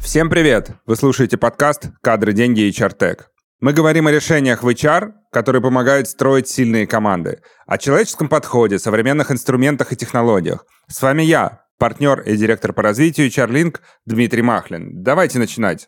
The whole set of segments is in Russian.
Всем привет! Вы слушаете подкаст «Кадры, деньги и HR-Tech». Мы говорим о решениях в HR, которые помогают строить сильные команды, о человеческом подходе, современных инструментах и технологиях. С вами я, партнер и директор по развитию HR-Link Дмитрий Махлин. Давайте начинать.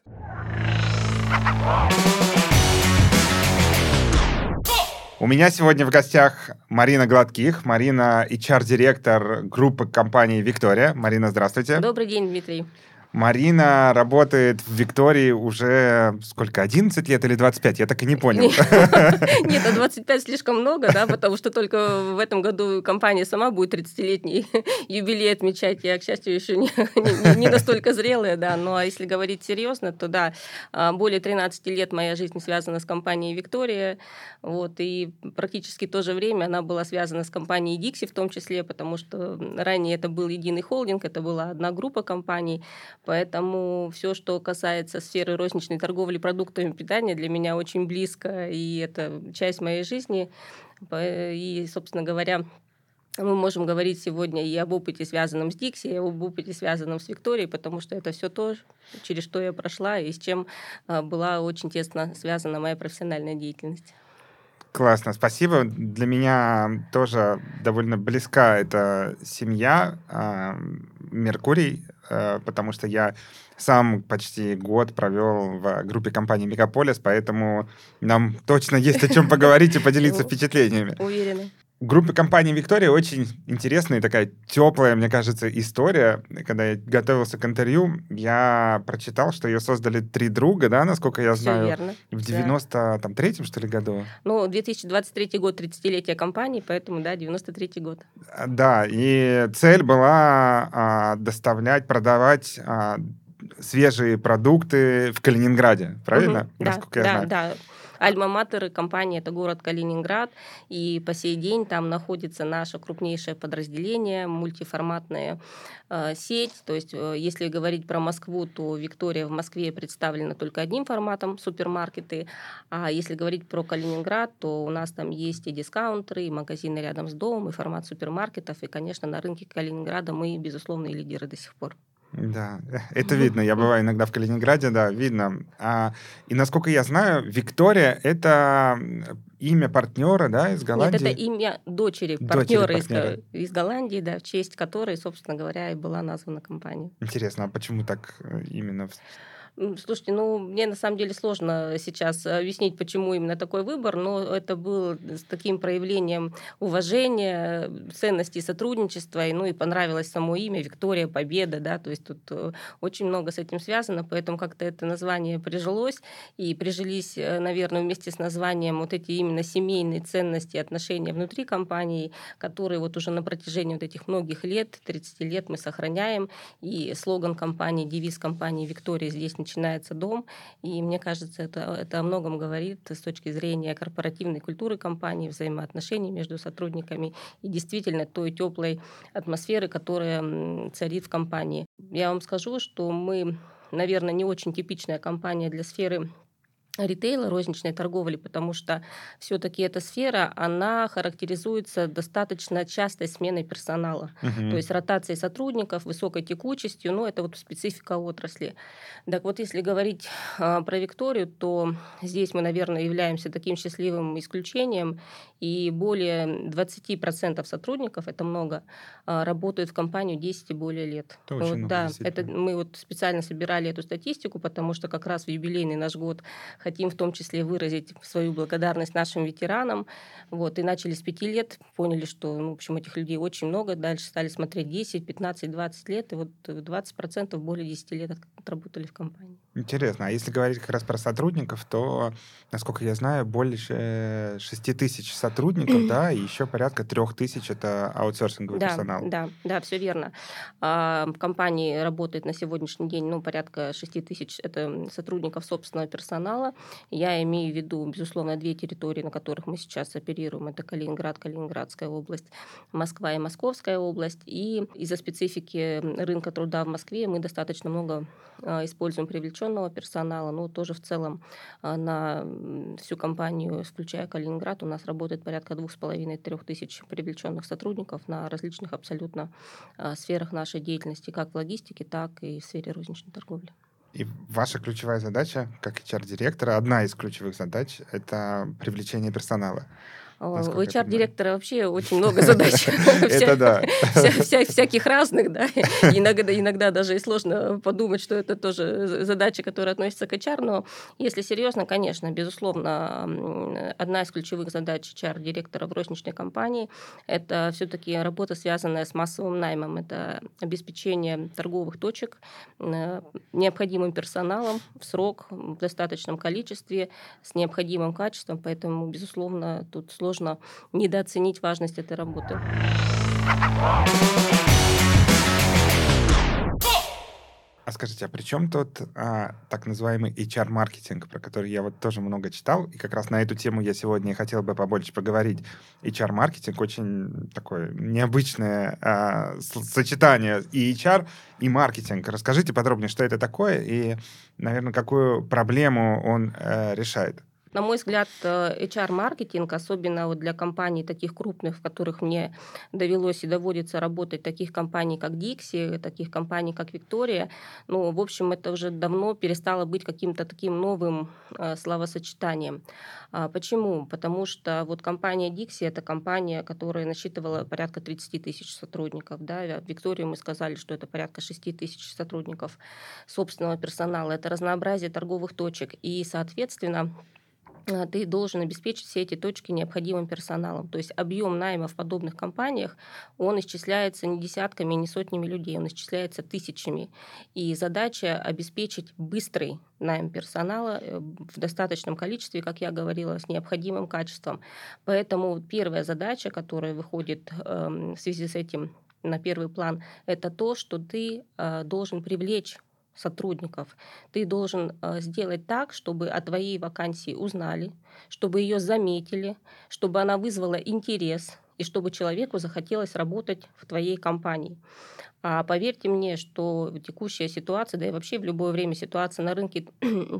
У меня сегодня в гостях Марина Гладких. Марина HR-директор группы компании «Виктория». Марина, здравствуйте. Добрый день, Дмитрий. Марина работает в «Виктории» уже сколько, 11 лет или 25? Я так и не понял. Нет, 25 слишком много, да, потому что только в этом году компания сама будет 30-летний юбилей отмечать. Я, к счастью, еще не настолько зрелая, да. Ну, а если говорить серьезно, то да, более 13 лет моя жизнь связана с компанией «Виктория», вот, и практически в то же время она была связана с компанией Dixie в том числе, потому что ранее это был единый холдинг, это была одна группа компаний. Поэтому все, что касается сферы розничной торговли продуктами питания, для меня очень близко, и это часть моей жизни. И, собственно говоря, мы можем говорить сегодня и об опыте, связанном с Dixie, и об опыте, связанном с Викторией, потому что это все то, через что я прошла, и с чем была очень тесно связана моя профессиональная деятельность. Классно, спасибо. Для меня тоже довольно близка эта семья Меркурий, потому что я сам почти год провел в группе компании «Мегаполис», поэтому нам точно есть о чем поговорить и поделиться впечатлениями. Уверена. В группе компании «Виктория» очень интересная такая теплая, мне кажется, история. Когда я готовился к интервью, я прочитал, что ее создали 3 друга, да, насколько я знаю, верно. в 93-м, что ли, году. Ну, 2023 год, 30-летие компании, поэтому, да, 93-й год. Да, и цель была доставлять, продавать свежие продукты в Калининграде, правильно? Насколько я знаю. Да. Альма-матер компании — это город Калининград, и по сей день там находится наше крупнейшее подразделение, мультиформатная сеть. То есть, если говорить про Москву, то «Виктория» в Москве представлена только одним форматом — супермаркеты, а если говорить про Калининград, то у нас там есть и дискаунтеры, и магазины рядом с домом, и формат супермаркетов, и, конечно, на рынке Калининграда мы безусловные лидеры до сих пор. Да, это видно. Я бываю иногда в Калининграде, да, видно. И насколько я знаю, «Виктория» — это имя партнера, да, из Голландии? Нет, это имя дочери партнера из Голландии, да, в честь которой, собственно говоря, и была названа компания. Интересно, а почему так именно? Слушайте, мне на самом деле сложно сейчас объяснить, почему именно такой выбор, но это был с таким проявлением уважения, ценности сотрудничества, и понравилось само имя «Виктория», «Победа», да, то есть тут очень много с этим связано, поэтому как-то это название прижилось, и прижились, наверное, вместе с названием вот эти именно семейные ценности и отношения внутри компании, которые вот уже на протяжении вот этих многих лет, 30 лет мы сохраняем, и слоган компании, девиз компании «Виктория» здесь начинается дом, и мне кажется, это о многом говорит с точки зрения корпоративной культуры компании, взаимоотношений между сотрудниками и действительно той теплой атмосферы, которая царит в компании. Я вам скажу, что мы, наверное, не очень типичная компания для сферы ритейла, розничной торговли, потому что все-таки эта сфера, она характеризуется достаточно частой сменой персонала. То есть ротацией сотрудников, высокой текучестью, это вот специфика отрасли. Так вот, если говорить про «Викторию», то здесь мы, наверное, являемся таким счастливым исключением, и более 20% сотрудников, это много, работают в компанию 10 и более лет. Это очень много, мы специально собирали эту статистику, потому что как раз в юбилейный наш год хотим в том числе выразить свою благодарность нашим ветеранам. И начали с 5 лет, поняли, что, в общем, этих людей очень много. Дальше стали смотреть 10, 15, 20 лет, и 20% более 10 лет отработали в компании. Интересно. А если говорить как раз про сотрудников, то, насколько я знаю, больше 6 тысяч сотрудников, да, и еще порядка 3 тысяч — это аутсорсинговый персонал. Да, все верно. В компании работает на сегодняшний день порядка 6 тысяч это сотрудников собственного персонала. Я имею в виду, безусловно, 2 территории, на которых мы сейчас оперируем. Это Калининград, Калининградская область, Москва и Московская область. И из-за специфики рынка труда в Москве мы достаточно много используем привлеченного персонала, но тоже в целом на всю компанию, включая Калининград, у нас работает порядка 2,5-3 тысяч привлеченных сотрудников на различных абсолютно сферах нашей деятельности, как в логистике, так и в сфере розничной торговли. И ваша ключевая задача, как HR-директора, одна из ключевых задач — это привлечение персонала, У насколько я понимаю. HR-директора вообще очень много задач, Это да. всяких разных, да. Иногда даже и сложно подумать, что это тоже задача, которая относится к HR, но если серьезно, конечно, безусловно, одна из ключевых задач HR-директора в розничной компании — это все-таки работа, связанная с массовым наймом, это обеспечение торговых точек необходимым персоналом в срок, в достаточном количестве, с необходимым качеством, поэтому, безусловно, тут сложно недооценить важность этой работы. А скажите, а при чем тут так называемый HR-маркетинг, про который я вот тоже много читал, и как раз на эту тему я сегодня хотел бы побольше поговорить. HR-маркетинг очень такое необычное сочетание и HR, и маркетинг. Расскажите подробнее, что это такое и, наверное, какую проблему он решает. На мой взгляд, HR-маркетинг, особенно вот для компаний таких крупных, в которых мне довелось и доводится работать, таких компаний, как Dixie, таких компаний, как Victoria, ну, в общем, это уже давно перестало быть каким-то таким новым словосочетанием. Почему? Потому что вот компания Dixie — это компания, которая насчитывала порядка 30 тысяч сотрудников. Да? В Victoria мы сказали, что это порядка 6 тысяч сотрудников собственного персонала. Это разнообразие торговых точек. И, соответственно, ты должен обеспечить все эти точки необходимым персоналом. То есть объем найма в подобных компаниях, он исчисляется не десятками, не сотнями людей, он исчисляется тысячами. И задача обеспечить быстрый найм персонала в достаточном количестве, как я говорила, с необходимым качеством. Поэтому первая задача, которая выходит в связи с этим на первый план, это то, что ты должен привлечь сотрудников. Ты должен сделать так, чтобы о твоей вакансии узнали, чтобы ее заметили, чтобы она вызвала интерес и чтобы человеку захотелось работать в твоей компании. А поверьте мне, что текущая ситуация, да и вообще в любое время ситуация на рынке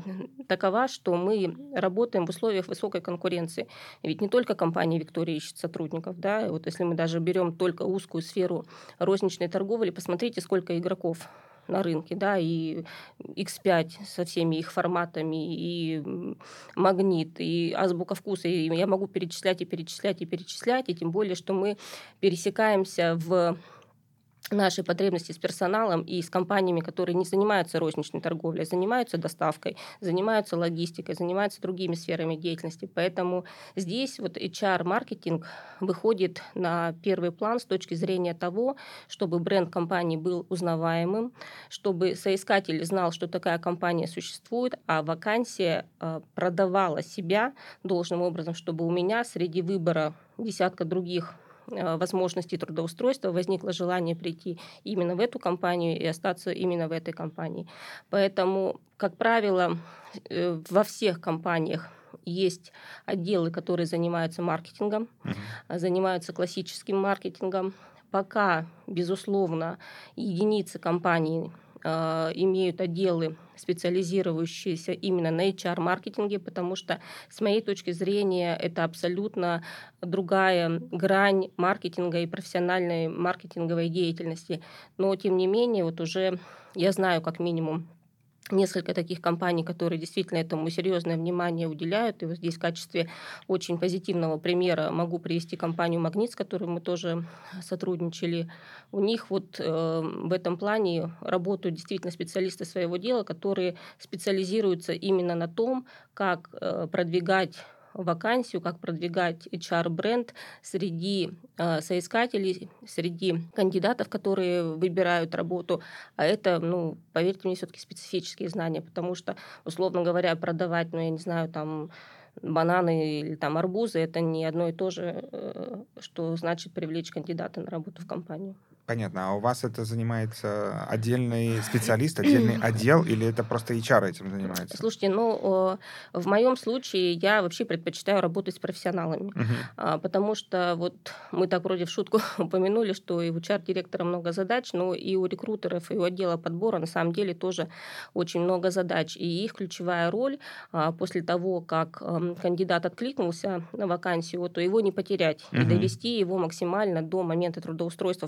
такова, что мы работаем в условиях высокой конкуренции. Ведь не только компания Виктория ищет сотрудников, да, вот если мы даже берем только узкую сферу розничной торговли, посмотрите, сколько игроков на рынке, да, и X5 со всеми их форматами, и Магнит, и Азбука вкуса, и я могу перечислять и перечислять и перечислять, и тем более, что мы пересекаемся в наши потребности с персоналом и с компаниями, которые не занимаются розничной торговлей, занимаются доставкой, занимаются логистикой, занимаются другими сферами деятельности. Поэтому здесь вот HR-маркетинг выходит на первый план с точки зрения того, чтобы бренд компании был узнаваемым, чтобы соискатель знал, что такая компания существует, а вакансия продавала себя должным образом, чтобы у меня среди выбора десятка других возможностей трудоустройства возникло желание прийти именно в эту компанию и остаться именно в этой компании. Поэтому, как правило, во всех компаниях есть отделы, которые занимаются маркетингом, занимаются классическим маркетингом. Пока, безусловно, единицы компаний имеют отделы, специализирующиеся именно на HR-маркетинге, потому что, с моей точки зрения, это абсолютно другая грань маркетинга и профессиональной маркетинговой деятельности. Но, тем не менее, вот уже я знаю как минимум несколько таких компаний, которые действительно этому серьезное внимание уделяют. И вот здесь в качестве очень позитивного примера могу привести компанию «Магнит», с которой мы тоже сотрудничали. У них вот в этом плане работают действительно специалисты своего дела, которые специализируются именно на том, как продвигать вакансию, как продвигать HR-бренд среди соискателей, среди кандидатов, которые выбирают работу. А это, ну, поверьте мне, все-таки специфические знания, потому что, условно говоря, продавать, ну, я не знаю, там, бананы или там арбузы — это не одно и то же, что значит привлечь кандидата на работу в компанию. Понятно. А у вас это занимается отдельный специалист, отдельный отдел, или это просто HR этим занимается? Слушайте, ну, в моем случае я вообще предпочитаю работать с профессионалами, Мгм. потому что вот мы так вроде в шутку упомянули, что и у HR-директора много задач, но и у рекрутеров, и у отдела подбора на самом деле тоже очень много задач. И их ключевая роль после того, как кандидат откликнулся на вакансию, то его не потерять и Мгм. довести его максимально до момента трудоустройства в компанию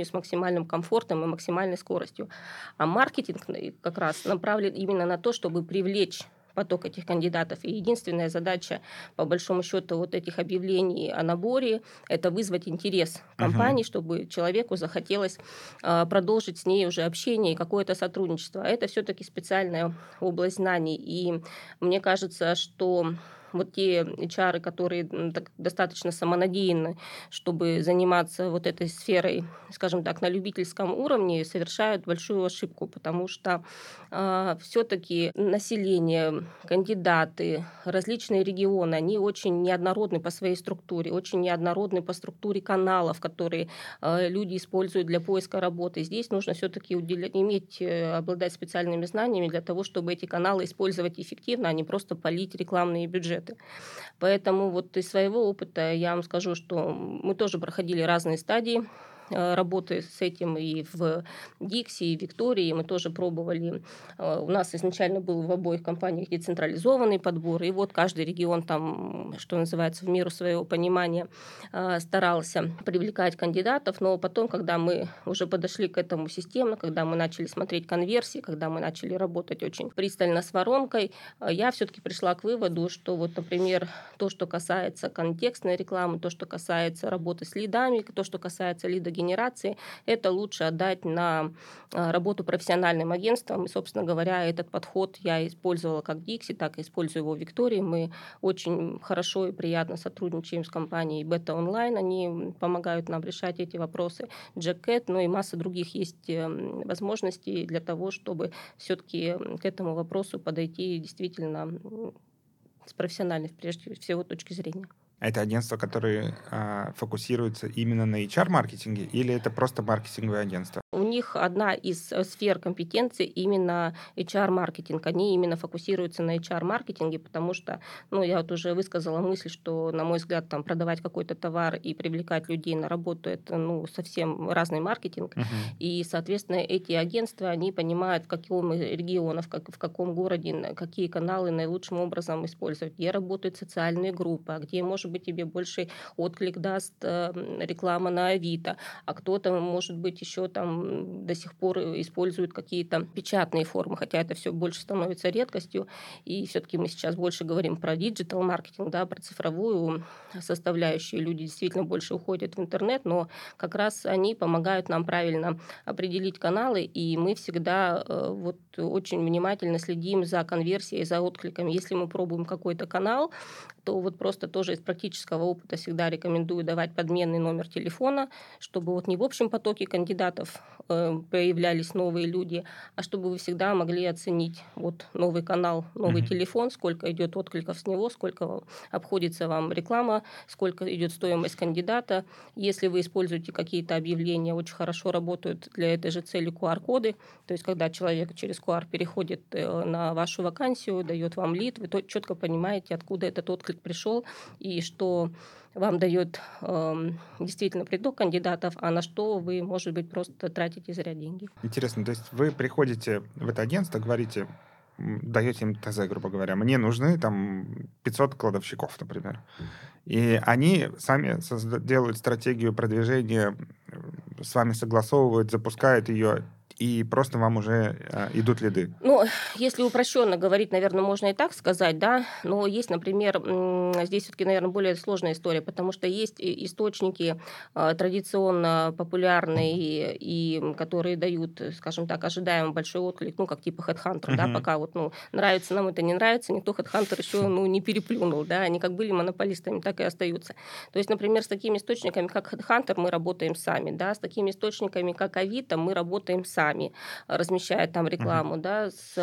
с максимальным комфортом и максимальной скоростью. А маркетинг как раз направлен именно на то, чтобы привлечь поток этих кандидатов. И единственная задача, по большому счету, вот этих объявлений о наборе — это вызвать интерес Мгм. компании, чтобы человеку захотелось продолжить с ней уже общение и какое-то сотрудничество. А это все-таки специальная область знаний. И мне кажется, что вот те HR, которые достаточно самонадеянны, чтобы заниматься вот этой сферой, скажем так, на любительском уровне, совершают большую ошибку, потому что все-таки население, кандидаты, различные регионы, они очень неоднородны по своей структуре, очень неоднородны по структуре каналов, которые люди используют для поиска работы. Здесь нужно все-таки обладать специальными знаниями для того, чтобы эти каналы использовать эффективно, а не просто полить рекламные бюджеты. Поэтому вот из своего опыта я вам скажу, что мы тоже проходили разные стадии работы с этим и в Дикси, и в Виктории. Мы тоже пробовали. У нас изначально был в обоих компаниях децентрализованный подбор, и вот каждый регион там, что называется, в меру своего понимания старался привлекать кандидатов, но потом, когда мы уже подошли к этому системно, когда мы начали смотреть конверсии, когда мы начали работать очень пристально с воронкой, я все-таки пришла к выводу, что вот, например, то, что касается контекстной рекламы, то, что касается работы с лидами, то, что касается лидогенерации, это лучше отдать на работу профессиональным агентствам. И, собственно говоря, этот подход я использовала как в Dixie, так и использую его в Виктории. Мы очень хорошо и приятно сотрудничаем с компанией Beta Online. Они помогают нам решать эти вопросы. Jacket, ну и масса других есть возможностей для того, чтобы все-таки к этому вопросу подойти действительно с профессиональной, прежде всего, точки зрения. Это агентства, которые фокусируются именно на HR-маркетинге, или это просто маркетинговое агентство? У них одна из сфер компетенций именно HR-маркетинг. Они именно фокусируются на HR-маркетинге, потому что, ну, я вот уже высказала мысль, что, на мой взгляд, там, продавать какой-то товар и привлекать людей на работу — это, ну, совсем разный маркетинг. Мгм. И, соответственно, эти агентства, они понимают, в каком регионе, в каком городе, какие каналы наилучшим образом использовать, где работают социальные группы, а где, может быть, тебе больше отклик даст реклама на Авито, а кто-то, может быть, еще там до сих пор используют какие-то печатные формы, хотя это все больше становится редкостью. И все-таки мы сейчас больше говорим про диджитал-маркетинг, да, про цифровую составляющую. Люди действительно больше уходят в интернет, но как раз они помогают нам правильно определить каналы, и мы всегда вот очень внимательно следим за конверсией, за откликами. Если мы пробуем какой-то канал, то вот просто тоже из практического опыта всегда рекомендую давать подменный номер телефона, чтобы вот не в общем потоке кандидатов появлялись новые люди, а чтобы вы всегда могли оценить вот новый канал, новый Мгм. телефон, сколько идет откликов с него, сколько обходится вам реклама, сколько идет стоимость кандидата. Если вы используете какие-то объявления, очень хорошо работают для этой же цели QR-коды, то есть когда человек через QR переходит на вашу вакансию, дает вам лид, вы четко понимаете, откуда этот отклик пришел и что вам дает действительно приток кандидатов, а на что вы, может быть, просто тратите зря деньги. Интересно, то есть вы приходите в это агентство, говорите, даете им ТЗ, грубо говоря, мне нужны там 500 кладовщиков, например. И они сами делают стратегию продвижения, с вами согласовывают, запускают ее, и просто вам уже идут лиды. Ну, если упрощенно говорить, наверное, можно и так сказать, да, но есть, например, здесь все-таки, наверное, более сложная история, потому что есть источники традиционно популярные и которые дают, скажем так, ожидаемо большой отклик, ну, как типа HeadHunter, да, Мгм. пока вот, ну, нравится нам это, не нравится, никто HeadHunter еще, ну, не переплюнул, да, они как были монополистами, так и остаются. То есть, например, с такими источниками, как HeadHunter, мы работаем сами, да, с такими источниками, как Авито, мы работаем сами, размещая там Мгм. рекламу, да, с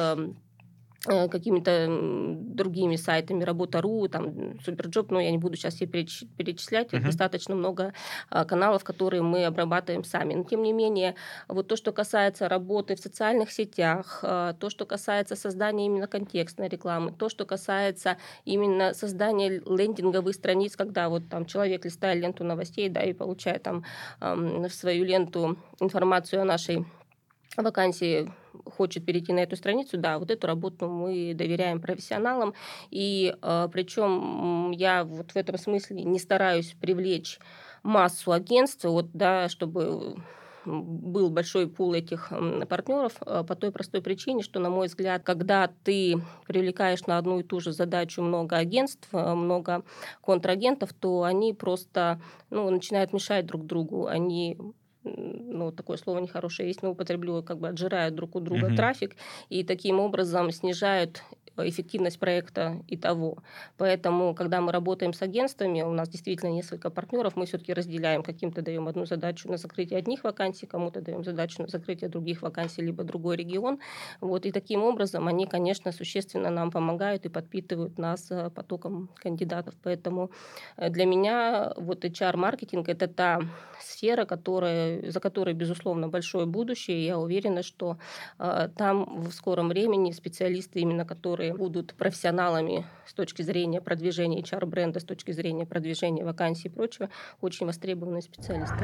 какими-то другими сайтами, Работа.ру, там, Суперджоп, но я не буду сейчас все перечислять, Мгм. достаточно много каналов, которые мы обрабатываем сами. Но, тем не менее, вот то, что касается работы в социальных сетях, то, что касается создания именно контекстной рекламы, то, что касается именно создания лендинговых страниц, когда вот там человек листает ленту новостей, да, и получает там в свою ленту информацию о нашей вакансии, хочет перейти на эту страницу, да, вот эту работу мы доверяем профессионалам. И причем я вот в этом смысле не стараюсь привлечь массу агентств, вот, да, чтобы был большой пул этих партнеров по той простой причине, что, на мой взгляд, когда ты привлекаешь на одну и ту же задачу много агентств, много контрагентов, то они просто начинают мешать друг другу. Они такое слово нехорошее есть, но употреблю, как бы отжирают друг у друга Мгм. трафик и таким образом снижают эффективность проекта и того. Поэтому, когда мы работаем с агентствами, у нас действительно несколько партнеров, мы все-таки разделяем, каким-то даем одну задачу на закрытие одних вакансий, кому-то даем задачу на закрытие других вакансий, либо другой регион. Вот, и таким образом они, конечно, существенно нам помогают и подпитывают нас потоком кандидатов. Поэтому для меня вот HR-маркетинг– это та сфера, за которой, безусловно, большое будущее. И я уверена, что там в скором времени специалисты, именно которые будут профессионалами с точки зрения продвижения HR-бренда, с точки зрения продвижения вакансий и прочего, очень востребованные специалисты.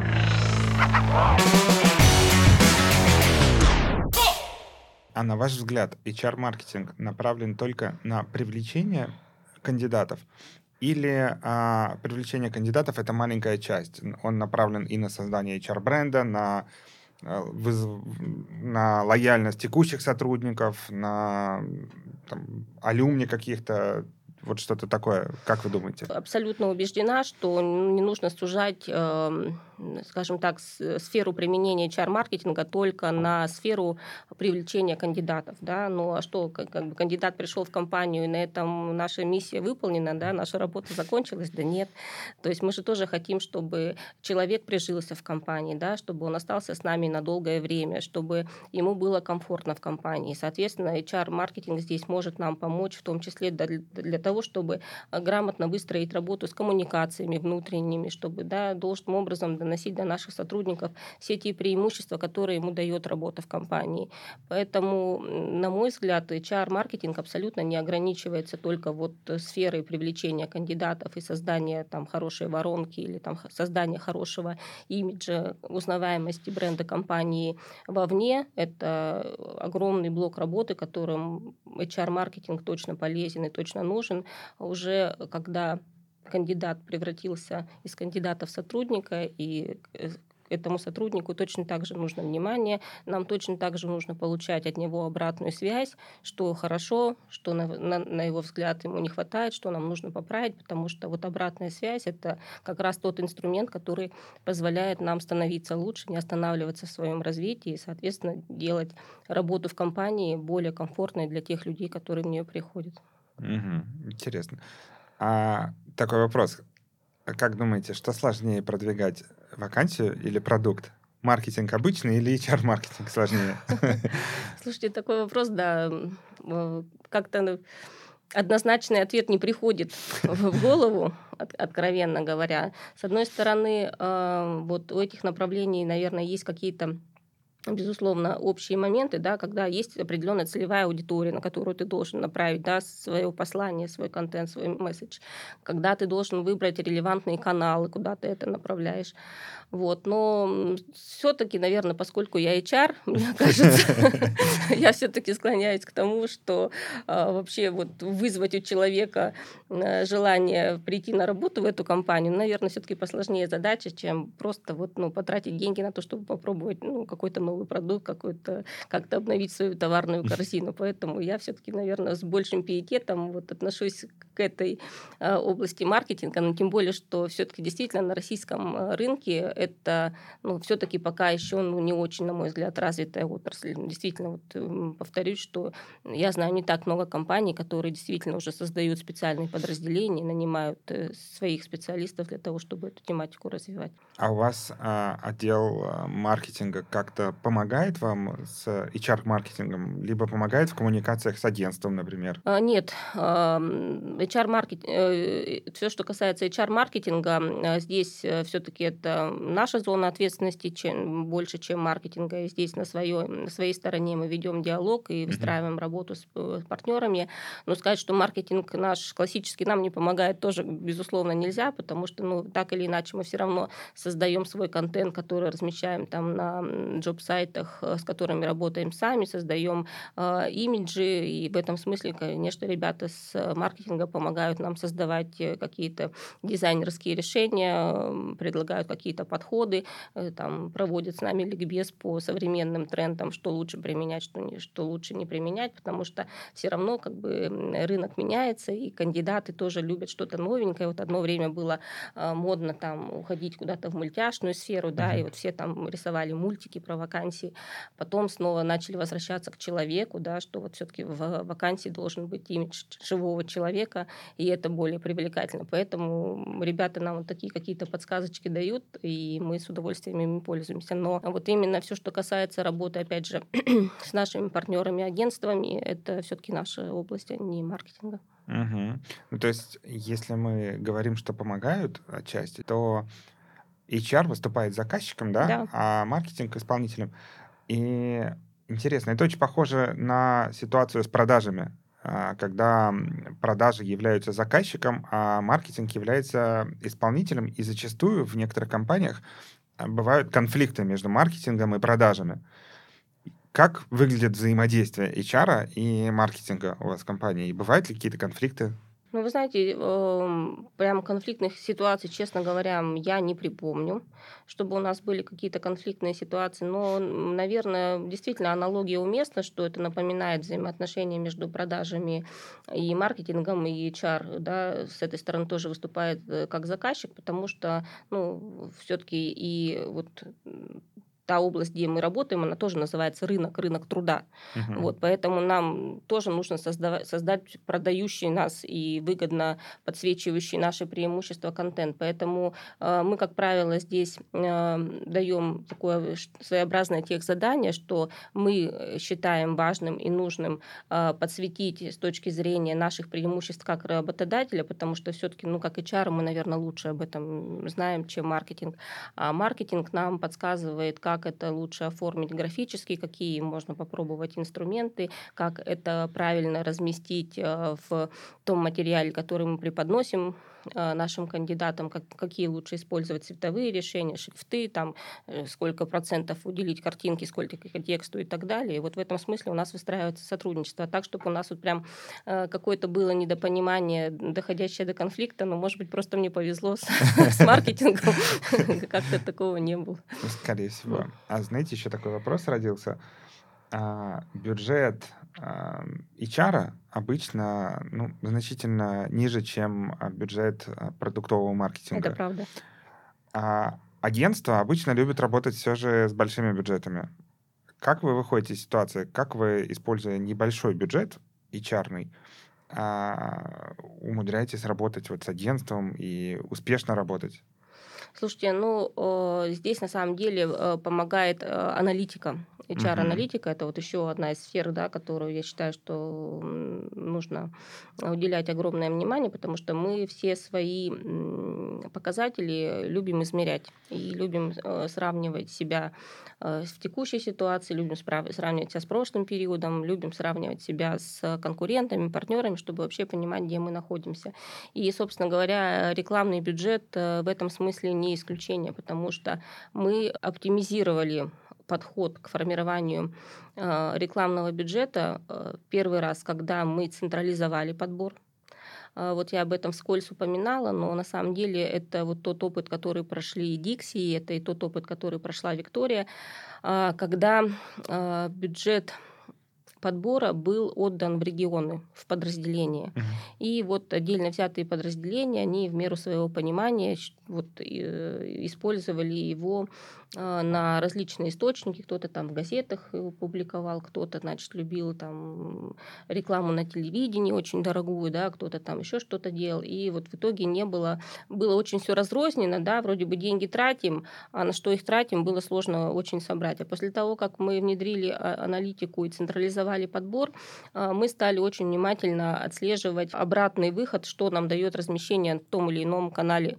А на ваш взгляд, HR-маркетинг направлен только на привлечение кандидатов? Или привлечение кандидатов — это маленькая часть? Он направлен и на создание HR-бренда, на лояльность текущих сотрудников, на алюмни каких-то, вот что-то такое. Как вы думаете? Абсолютно убеждена, что не нужно сужать, скажем так, сферу применения HR-маркетинга только на сферу привлечения кандидатов. Да? Ну а что, как бы кандидат пришел в компанию, и на этом наша миссия выполнена, да? Наша работа закончилась? Да нет. То есть мы же тоже хотим, чтобы человек прижился в компании, да? Чтобы он остался с нами на долгое время, чтобы ему было комфортно в компании. Соответственно, HR-маркетинг здесь может нам помочь, в том числе для того, чтобы грамотно выстроить работу с коммуникациями внутренними, чтобы должным образом доносить до наших сотрудников все те преимущества, которые ему дает работа в компании. Поэтому, на мой взгляд, HR-маркетинг абсолютно не ограничивается только сферой привлечения кандидатов и создания хорошей воронки или создания хорошего имиджа, узнаваемости бренда компании вовне. Это огромный блок работы, которым HR-маркетинг точно полезен и точно нужен. Уже когда кандидат превратился из кандидата в сотрудника, и этому сотруднику точно так же нужно внимание, нам точно так же нужно получать от него обратную связь, что хорошо, что на его взгляд ему не хватает, что нам нужно поправить, потому что обратная связь– это как раз тот инструмент, который позволяет нам становиться лучше, не останавливаться в своем развитии и, соответственно, делать работу в компании более комфортной для тех людей, которые в нее приходят. Интересно. Такой вопрос. Как думаете, что сложнее продвигать, вакансию или продукт? Маркетинг обычный или HR-маркетинг сложнее? Слушайте, такой вопрос, да, как-то однозначный ответ не приходит в голову, откровенно говоря. С одной стороны, у этих направлений, наверное, есть какие-то, безусловно, общие моменты, да, когда есть определенная целевая аудитория, на которую ты должен направить, да, свое послание, свой контент, свой месседж, когда ты должен выбрать релевантные каналы, куда ты это направляешь. Но все-таки, наверное, поскольку я HR, мне кажется, я все-таки склоняюсь к тому, что вообще вызвать у человека желание прийти на работу в эту компанию, наверное, все-таки посложнее задача, чем просто потратить деньги на то, чтобы попробовать какой-то новый продукт, как-то обновить свою товарную корзину. Поэтому я все-таки, наверное, с большим пиететом отношусь к этой области маркетинга, но тем более, что все-таки действительно на российском рынке это все-таки пока еще не очень, на мой взгляд, развитая отрасль. Действительно, повторюсь, что я знаю не так много компаний, которые действительно уже создают специальные подразделения, нанимают своих специалистов для того, чтобы эту тематику развивать. А у вас отдел маркетинга как-то помогает вам с HR-маркетингом, либо помогает в коммуникациях с агентством, например? Нет, все, что касается HR-маркетинга, здесь все-таки это наша зона ответственности больше, чем маркетинга. И здесь на своей стороне мы ведем диалог и Мгм. выстраиваем работу с партнерами. Но сказать, что маркетинг наш классический нам не помогает, тоже, безусловно, нельзя, потому что, так или иначе, мы все равно создаем свой контент, который размещаем на джоб-сайтах, с которыми работаем сами, создаем имиджи, и в этом смысле, конечно, ребята с маркетинга помогают нам создавать какие-то дизайнерские решения, предлагают какие-то подходы, там проводят с нами ликбез по современным трендам, что лучше применять, что лучше не применять, потому что все равно как бы рынок меняется, и кандидаты тоже любят что-то новенькое. Вот одно время было модно там уходить куда-то в мультяшную сферу, да, и Мгм. вот все там рисовали мультики про вакансии. Потом снова начали возвращаться к человеку, да, что вот все-таки в вакансии должен быть имидж живого человека, и это более привлекательно. Поэтому ребята нам вот такие какие-то подсказочки дают, и мы с удовольствием ими пользуемся. Но вот именно все, что касается работы, опять же, с нашими партнерами, агентствами, это все-таки наша область, а не маркетинга. Мгм. Ну, то есть, если мы говорим, что помогают отчасти, то HR выступает заказчиком, да, Да. а маркетинг исполнителем. И интересно, это очень похоже на ситуацию с продажами, когда продажи являются заказчиком, а маркетинг является исполнителем, и зачастую в некоторых компаниях бывают конфликты между маркетингом и продажами. Как выглядит взаимодействие HR и маркетинга у вас в компании? И бывают ли какие-то конфликты? Ну, вы знаете, прям конфликтных ситуаций, честно говоря, я не припомню, чтобы у нас были какие-то конфликтные ситуации. Но, наверное, действительно аналогия уместна, что это напоминает взаимоотношения между продажами и маркетингом, и HR, да, с этой стороны тоже выступает как заказчик, потому что, ну, все-таки и вот та область, где мы работаем, она тоже называется рынок труда. Мгм. Вот, поэтому нам тоже нужно создать продающий нас и выгодно подсвечивающий наши преимущества контент. Поэтому мы, как правило, здесь даем такое своеобразное техзадание, что мы считаем важным и нужным подсветить с точки зрения наших преимуществ как работодателя, потому что все-таки, ну, как HR, мы, наверное, лучше об этом знаем, чем маркетинг. А маркетинг нам подсказывает, как это лучше оформить графически, какие можно попробовать инструменты, как это правильно разместить в том материале, который мы преподносим нашим кандидатам, какие лучше использовать цветовые решения, шрифты, там, сколько процентов уделить картинке, сколько тексту и так далее. И вот в этом смысле у нас выстраивается сотрудничество. Так, чтобы у нас вот прям какое-то было недопонимание, доходящее до конфликта, но, может быть, просто мне повезло с с маркетингом, как-то такого не было. Ну, скорее М. всего. А знаете, еще такой вопрос родился. Бюджет HR обычно, ну, значительно ниже, чем бюджет продуктового Это маркетинга. правда. А агентства обычно любят работать все же с большими бюджетами. Как вы выходите из ситуации? Как вы, используя небольшой бюджет HR-ный, умудряетесь работать вот с агентством и успешно работать? Слушайте, ну, здесь на самом деле помогает аналитика. Мгм. HR-аналитика– это вот еще одна из сфер, да, которую я считаю, что нужно уделять огромное внимание, потому что мы все свои показатели любим измерять и любим сравнивать себя в текущей ситуации, любим сравнивать себя с прошлым периодом, любим сравнивать себя с конкурентами, партнерами, чтобы вообще понимать, где мы находимся. И, собственно говоря, рекламный бюджет в этом смысле не исключение, потому что мы оптимизировали подход к формированию рекламного бюджета первый раз, когда мы централизовали подбор. Вот я об этом вскользь упоминала, но на самом деле это вот тот опыт, который прошли и Dixie, это и тот опыт, который прошла Виктория, когда бюджет подбора был отдан в регионы, в подразделения. Мгм. И вот отдельно взятые подразделения, они в меру своего понимания вот, использовали его на различные источники. Кто-то там в газетах его публиковал, кто-то, значит, любил там рекламу на телевидении очень дорогую, да, кто-то там еще что-то делал. И вот в итоге не было, было очень все разрознено, да, вроде бы деньги тратим, а на что их тратим, было сложно очень собрать. А после того, как мы внедрили аналитику и централизовали подбор, мы стали очень внимательно отслеживать обратный выход, что нам дает размещение в том или ином канале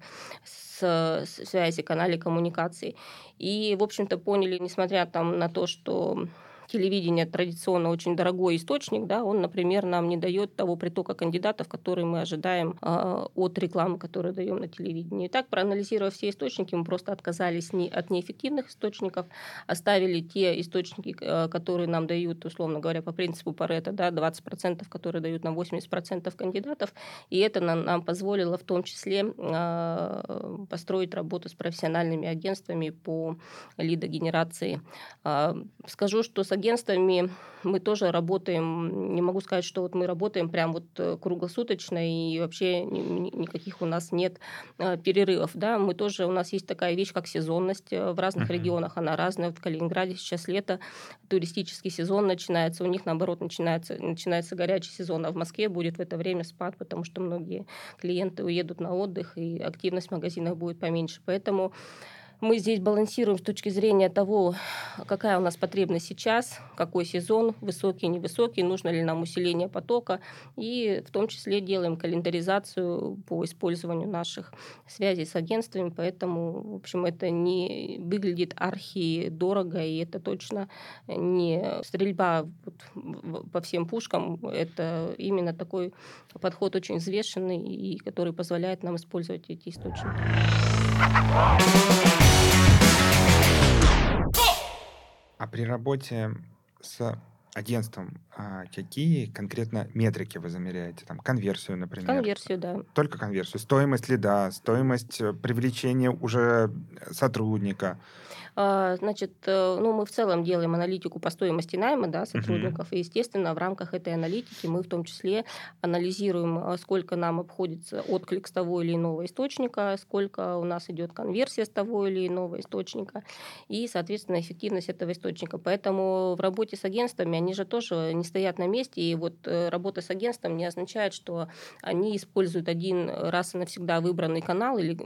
связи, канале коммуникации. И, в общем-то, поняли, несмотря там на то, что телевидение традиционно очень дорогой источник, да, он, например, нам не дает того притока кандидатов, который мы ожидаем от рекламы, которую даем на телевидении. И так, проанализировав все источники, мы просто отказались от неэффективных источников, оставили те источники, которые нам дают, условно говоря, по принципу Парето, да, 20%, которые дают нам 80% кандидатов, и это нам позволило в том числе построить работу с профессиональными агентствами по лидогенерации. Скажу, что с агентствами мы тоже работаем, не могу сказать, что вот мы работаем прям вот круглосуточно, и вообще никаких у нас нет перерывов, да, мы тоже, у нас есть такая вещь, как сезонность в разных регионах, она разная, вот в Калининграде сейчас лето, туристический сезон начинается, у них, наоборот, начинается горячий сезон, а в Москве будет в это время спад, потому что многие клиенты уедут на отдых, и активность в магазинах будет поменьше, поэтому мы здесь балансируем с точки зрения того, какая у нас потребность сейчас, какой сезон, высокий, невысокий, нужно ли нам усиление потока, и в том числе делаем календаризацию по использованию наших связей с агентствами, поэтому, в общем, это не выглядит архидорого, и это точно не стрельба по всем пушкам, это именно такой подход очень взвешенный, и который позволяет нам использовать эти источники. А при работе с агентством, какие конкретно метрики вы замеряете? Там конверсию, например. Конверсию, да. Только конверсию. Стоимость лида, стоимость привлечения уже сотрудника. Значит, ну, мы в целом делаем аналитику по стоимости найма, да, Мгм. сотрудников, и, естественно, в рамках этой аналитики мы в том числе анализируем, сколько нам обходится отклик с того или иного источника, сколько у нас идет конверсия с того или иного источника, и, соответственно, эффективность этого источника. Поэтому в работе с агентствами они же тоже не стоят на месте, и вот работа с агентством не означает, что они используют один раз и навсегда выбранный канал или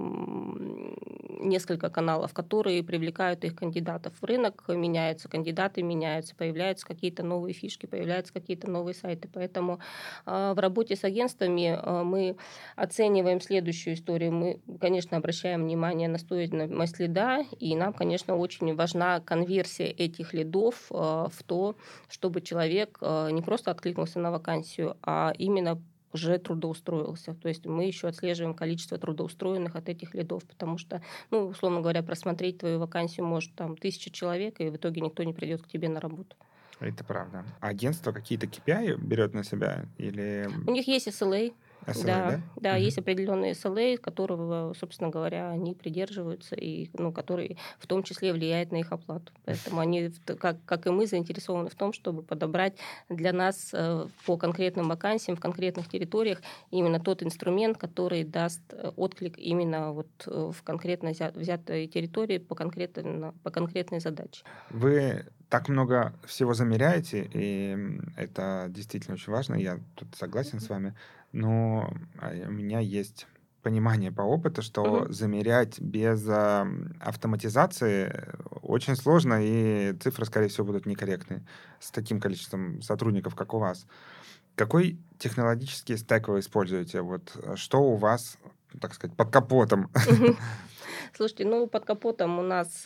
там несколько каналов, которые привлекают их кандидатов. Рынок меняется, кандидаты меняются, появляются какие-то новые фишки, появляются какие-то новые сайты. Поэтому в работе с агентствами мы оцениваем следующую историю. Мы, конечно, обращаем внимание на стоимость лида, и нам, конечно, очень важна конверсия этих лидов в то, чтобы человек не просто откликнулся на вакансию, а именно уже трудоустроился. То есть мы еще отслеживаем количество трудоустроенных от этих лидов, потому что, ну, условно говоря, просмотреть твою вакансию может там 1000 человек, и в итоге никто не придет к тебе на работу. Это правда. А агентство какие-то KPI берет на себя или У них есть SLA, SLA, да? да, Мгм. есть определенные SLA, которого, собственно говоря, они придерживаются, и, ну, который в том числе влияет на их оплату. Поэтому они, как и мы, заинтересованы в том, чтобы подобрать для нас по конкретным вакансиям в конкретных территориях именно тот инструмент, который даст отклик именно вот в конкретно взятой территории по конкретной задаче. Вы так много всего замеряете, и это действительно очень важно, я тут согласен с вами, но у меня есть понимание по опыту, что Мгм. замерять без автоматизации очень сложно, и цифры, скорее всего, будут некорректны с таким количеством сотрудников, как у вас. Какой технологический стек вы используете? Вот что у вас, так сказать, под капотом? Слушайте, ну, под капотом у нас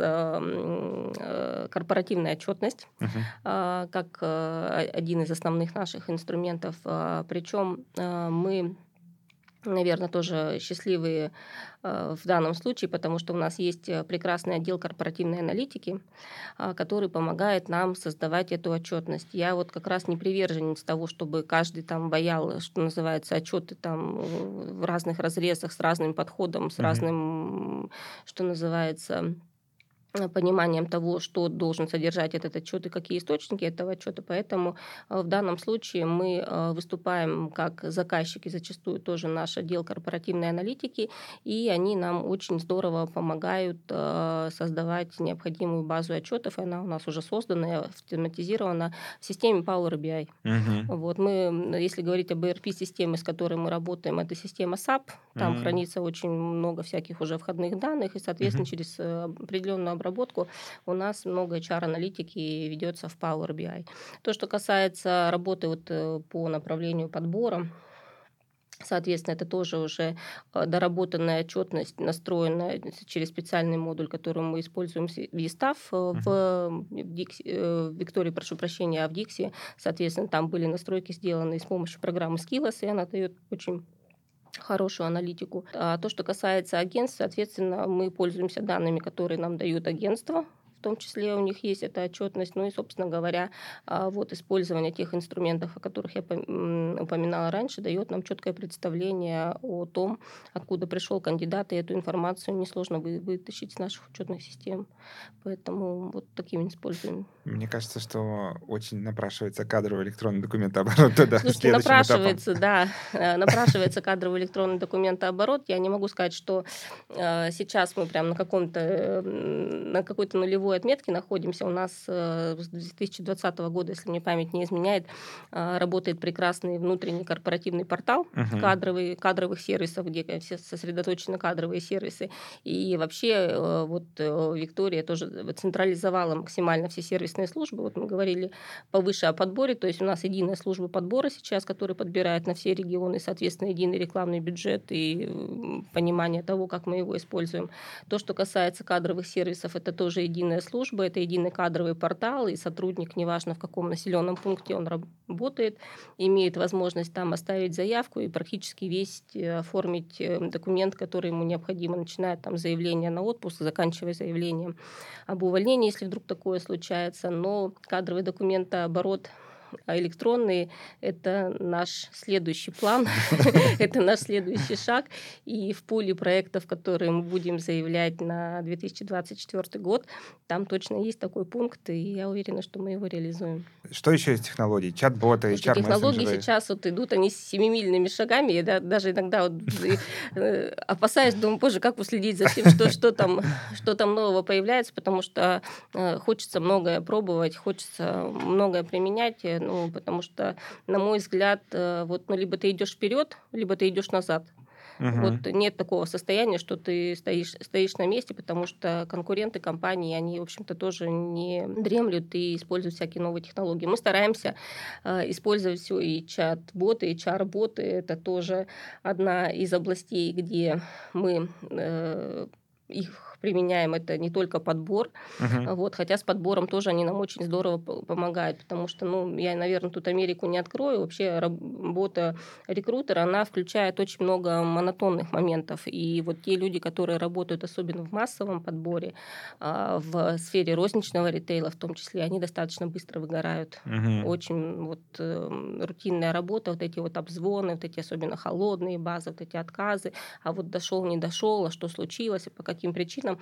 корпоративная отчетность, Мгм. как один из основных наших инструментов. Причем мы, наверное, тоже счастливые в данном случае, потому что у нас есть прекрасный отдел корпоративной аналитики, который помогает нам создавать эту отчетность. Я вот как раз не приверженец того, чтобы каждый там баял, что называется, отчеты там в разных разрезах, с разным подходом, с Мгм. разным, что называется, пониманием того, что должен содержать этот отчет и какие источники этого отчета. Поэтому в данном случае мы выступаем как заказчики, зачастую тоже наш отдел корпоративной аналитики, и они нам очень здорово помогают создавать необходимую базу отчетов. И она у нас уже создана и автоматизирована в системе Power BI. Мгм. Вот мы, если говорить об ERP-системе, с которой мы работаем, это система SAP. Там М. хранится очень много всяких уже входных данных, и, соответственно, Мгм. через определенную обработку у нас много HR-аналитики ведется в Power BI. То, что касается работы вот по направлению подбора, Соответственно, это тоже уже доработанная отчетность, настроенная через специальный модуль, который мы используем в Естав Мгм. в Виктории, прошу прощения, а в Дикси, соответственно, там были настройки сделаны с помощью программы Skills, и она дает очень хорошую аналитику. А то, что касается агентств, соответственно, мы пользуемся данными, которые нам дают агентства, в том числе у них есть эта отчетность, ну и, собственно говоря, вот использование тех инструментов, о которых я упоминала раньше, дает нам четкое представление о том, откуда пришел кандидат, и эту информацию несложно вытащить из наших учетных систем. Поэтому вот такими используем. Мне кажется, что очень напрашивается кадровый электронный документооборот туда Слушайте, следующим этапом. напрашивается, да, напрашивается кадровый электронный документооборот. Я не могу сказать, что сейчас мы прям на какой-то нулевой отметке находимся. У нас с 2020 года, если мне память не изменяет, работает прекрасный внутренний корпоративный портал Мгм. кадровых сервисов, где все сосредоточены кадровые сервисы. И вообще Виктория тоже централизовала максимально все сервисные службы. Вот мы говорили повыше о подборе, то есть у нас единая служба подбора сейчас, которая подбирает на все регионы, соответственно, единый рекламный бюджет и понимание того, как мы его используем. То, что касается кадровых сервисов, это тоже единая служба, это единый кадровый портал, и сотрудник, неважно в каком населенном пункте он работает, имеет возможность там оставить заявку и практически весь оформить документ, который ему необходимо, начиная там заявление на отпуск, заканчивая заявлением об увольнении, если вдруг такое случается. Но кадровый документооборот электронный — это наш следующий план, это наш следующий шаг. И в пуле проектов, которые мы будем заявлять на 2024 год, там точно есть такой пункт, и я уверена, что мы его реализуем. Что еще из технологий? Чат-боты, Слушайте, технологии HR-мессенджеры. сейчас вот идут, они семимильными шагами. Я даже иногда опасаюсь, думаю, боже, как уследить за всем, что там нового появляется, потому что хочется многое пробовать, хочется многое применять, ну, потому что, на мой взгляд, либо ты идешь вперед, либо ты идешь назад. Вот Мгм. нет такого состояния, что ты стоишь на месте, потому что конкуренты компании, они, в общем-то, тоже не дремлют и используют всякие новые технологии. Мы стараемся использовать все и чат-боты, и HR-боты. Это тоже одна из областей, где мы их применяем. Это не только подбор, Мгм. хотя с подбором тоже они нам очень здорово помогают, потому что, ну, я, наверное, тут Америку не открою. Вообще работа рекрутера, она включает очень много монотонных моментов. И вот те люди, которые работают особенно в массовом подборе, в сфере розничного ритейла в том числе, они достаточно быстро выгорают. Мгм. Очень рутинная работа, вот эти вот обзвоны, вот эти особенно холодные базы, вот эти отказы, а вот дошел, не дошел, а что случилось, и по каким причинам,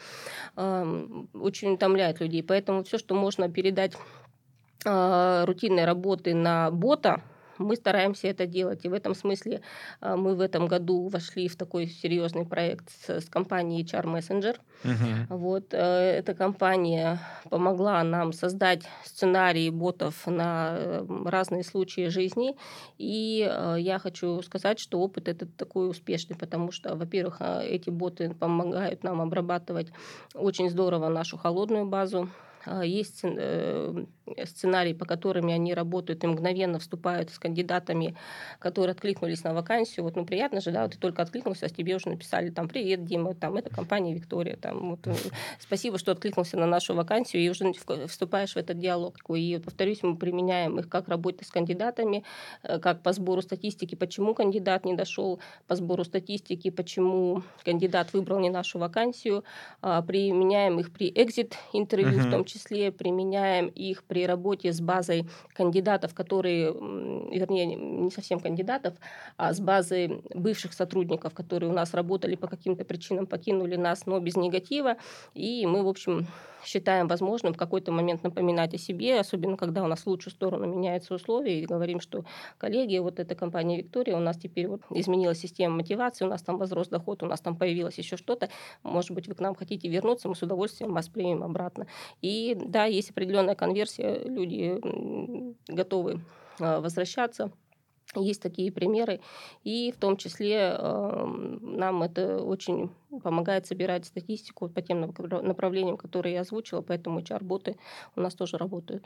очень утомляет людей. Поэтому все, что можно передать рутинной работы на бота, мы стараемся это делать. И в этом смысле мы в этом году вошли в такой серьезный проект с компанией HR Messenger. Мгм. Эта компания помогла нам создать сценарии ботов на разные случаи жизни. И я хочу сказать, что опыт этот такой успешный, потому что, во-первых, эти боты помогают нам обрабатывать очень здорово нашу холодную базу. Есть сценарии, по которым они работают и мгновенно вступают с кандидатами, которые откликнулись на вакансию. Вот, ну, приятно же, да, вот ты только откликнулся, а тебе уже написали там: «Привет, Дима, там, это компания Виктория, там, спасибо, что откликнулся на нашу вакансию», и уже вступаешь в этот диалог. И, повторюсь, мы применяем их как работы с кандидатами, как по сбору статистики, почему кандидат не дошел, по сбору статистики, почему кандидат выбрал не нашу вакансию, применяем их при экзит-интервью, в Мгм. том числе применяем их при работе с базой кандидатов, которые, вернее, не совсем кандидатов, а с базой бывших сотрудников, которые у нас работали по каким-то причинам, покинули нас, но без негатива. И мы, в общем, считаем возможным в какой-то момент напоминать о себе, особенно когда у нас в лучшую сторону меняются условия, и говорим, что, коллеги, вот эта компания «Виктория», у нас теперь вот изменилась система мотивации, у нас там возрос доход, у нас там появилось еще что-то, может быть, вы к нам хотите вернуться, мы с удовольствием вас примем обратно. И да, есть определенная конверсия, люди готовы возвращаться. Есть такие примеры, и в том числе нам это очень помогает собирать статистику по тем направлениям, которые я озвучила, поэтому HR-боты у нас тоже работают.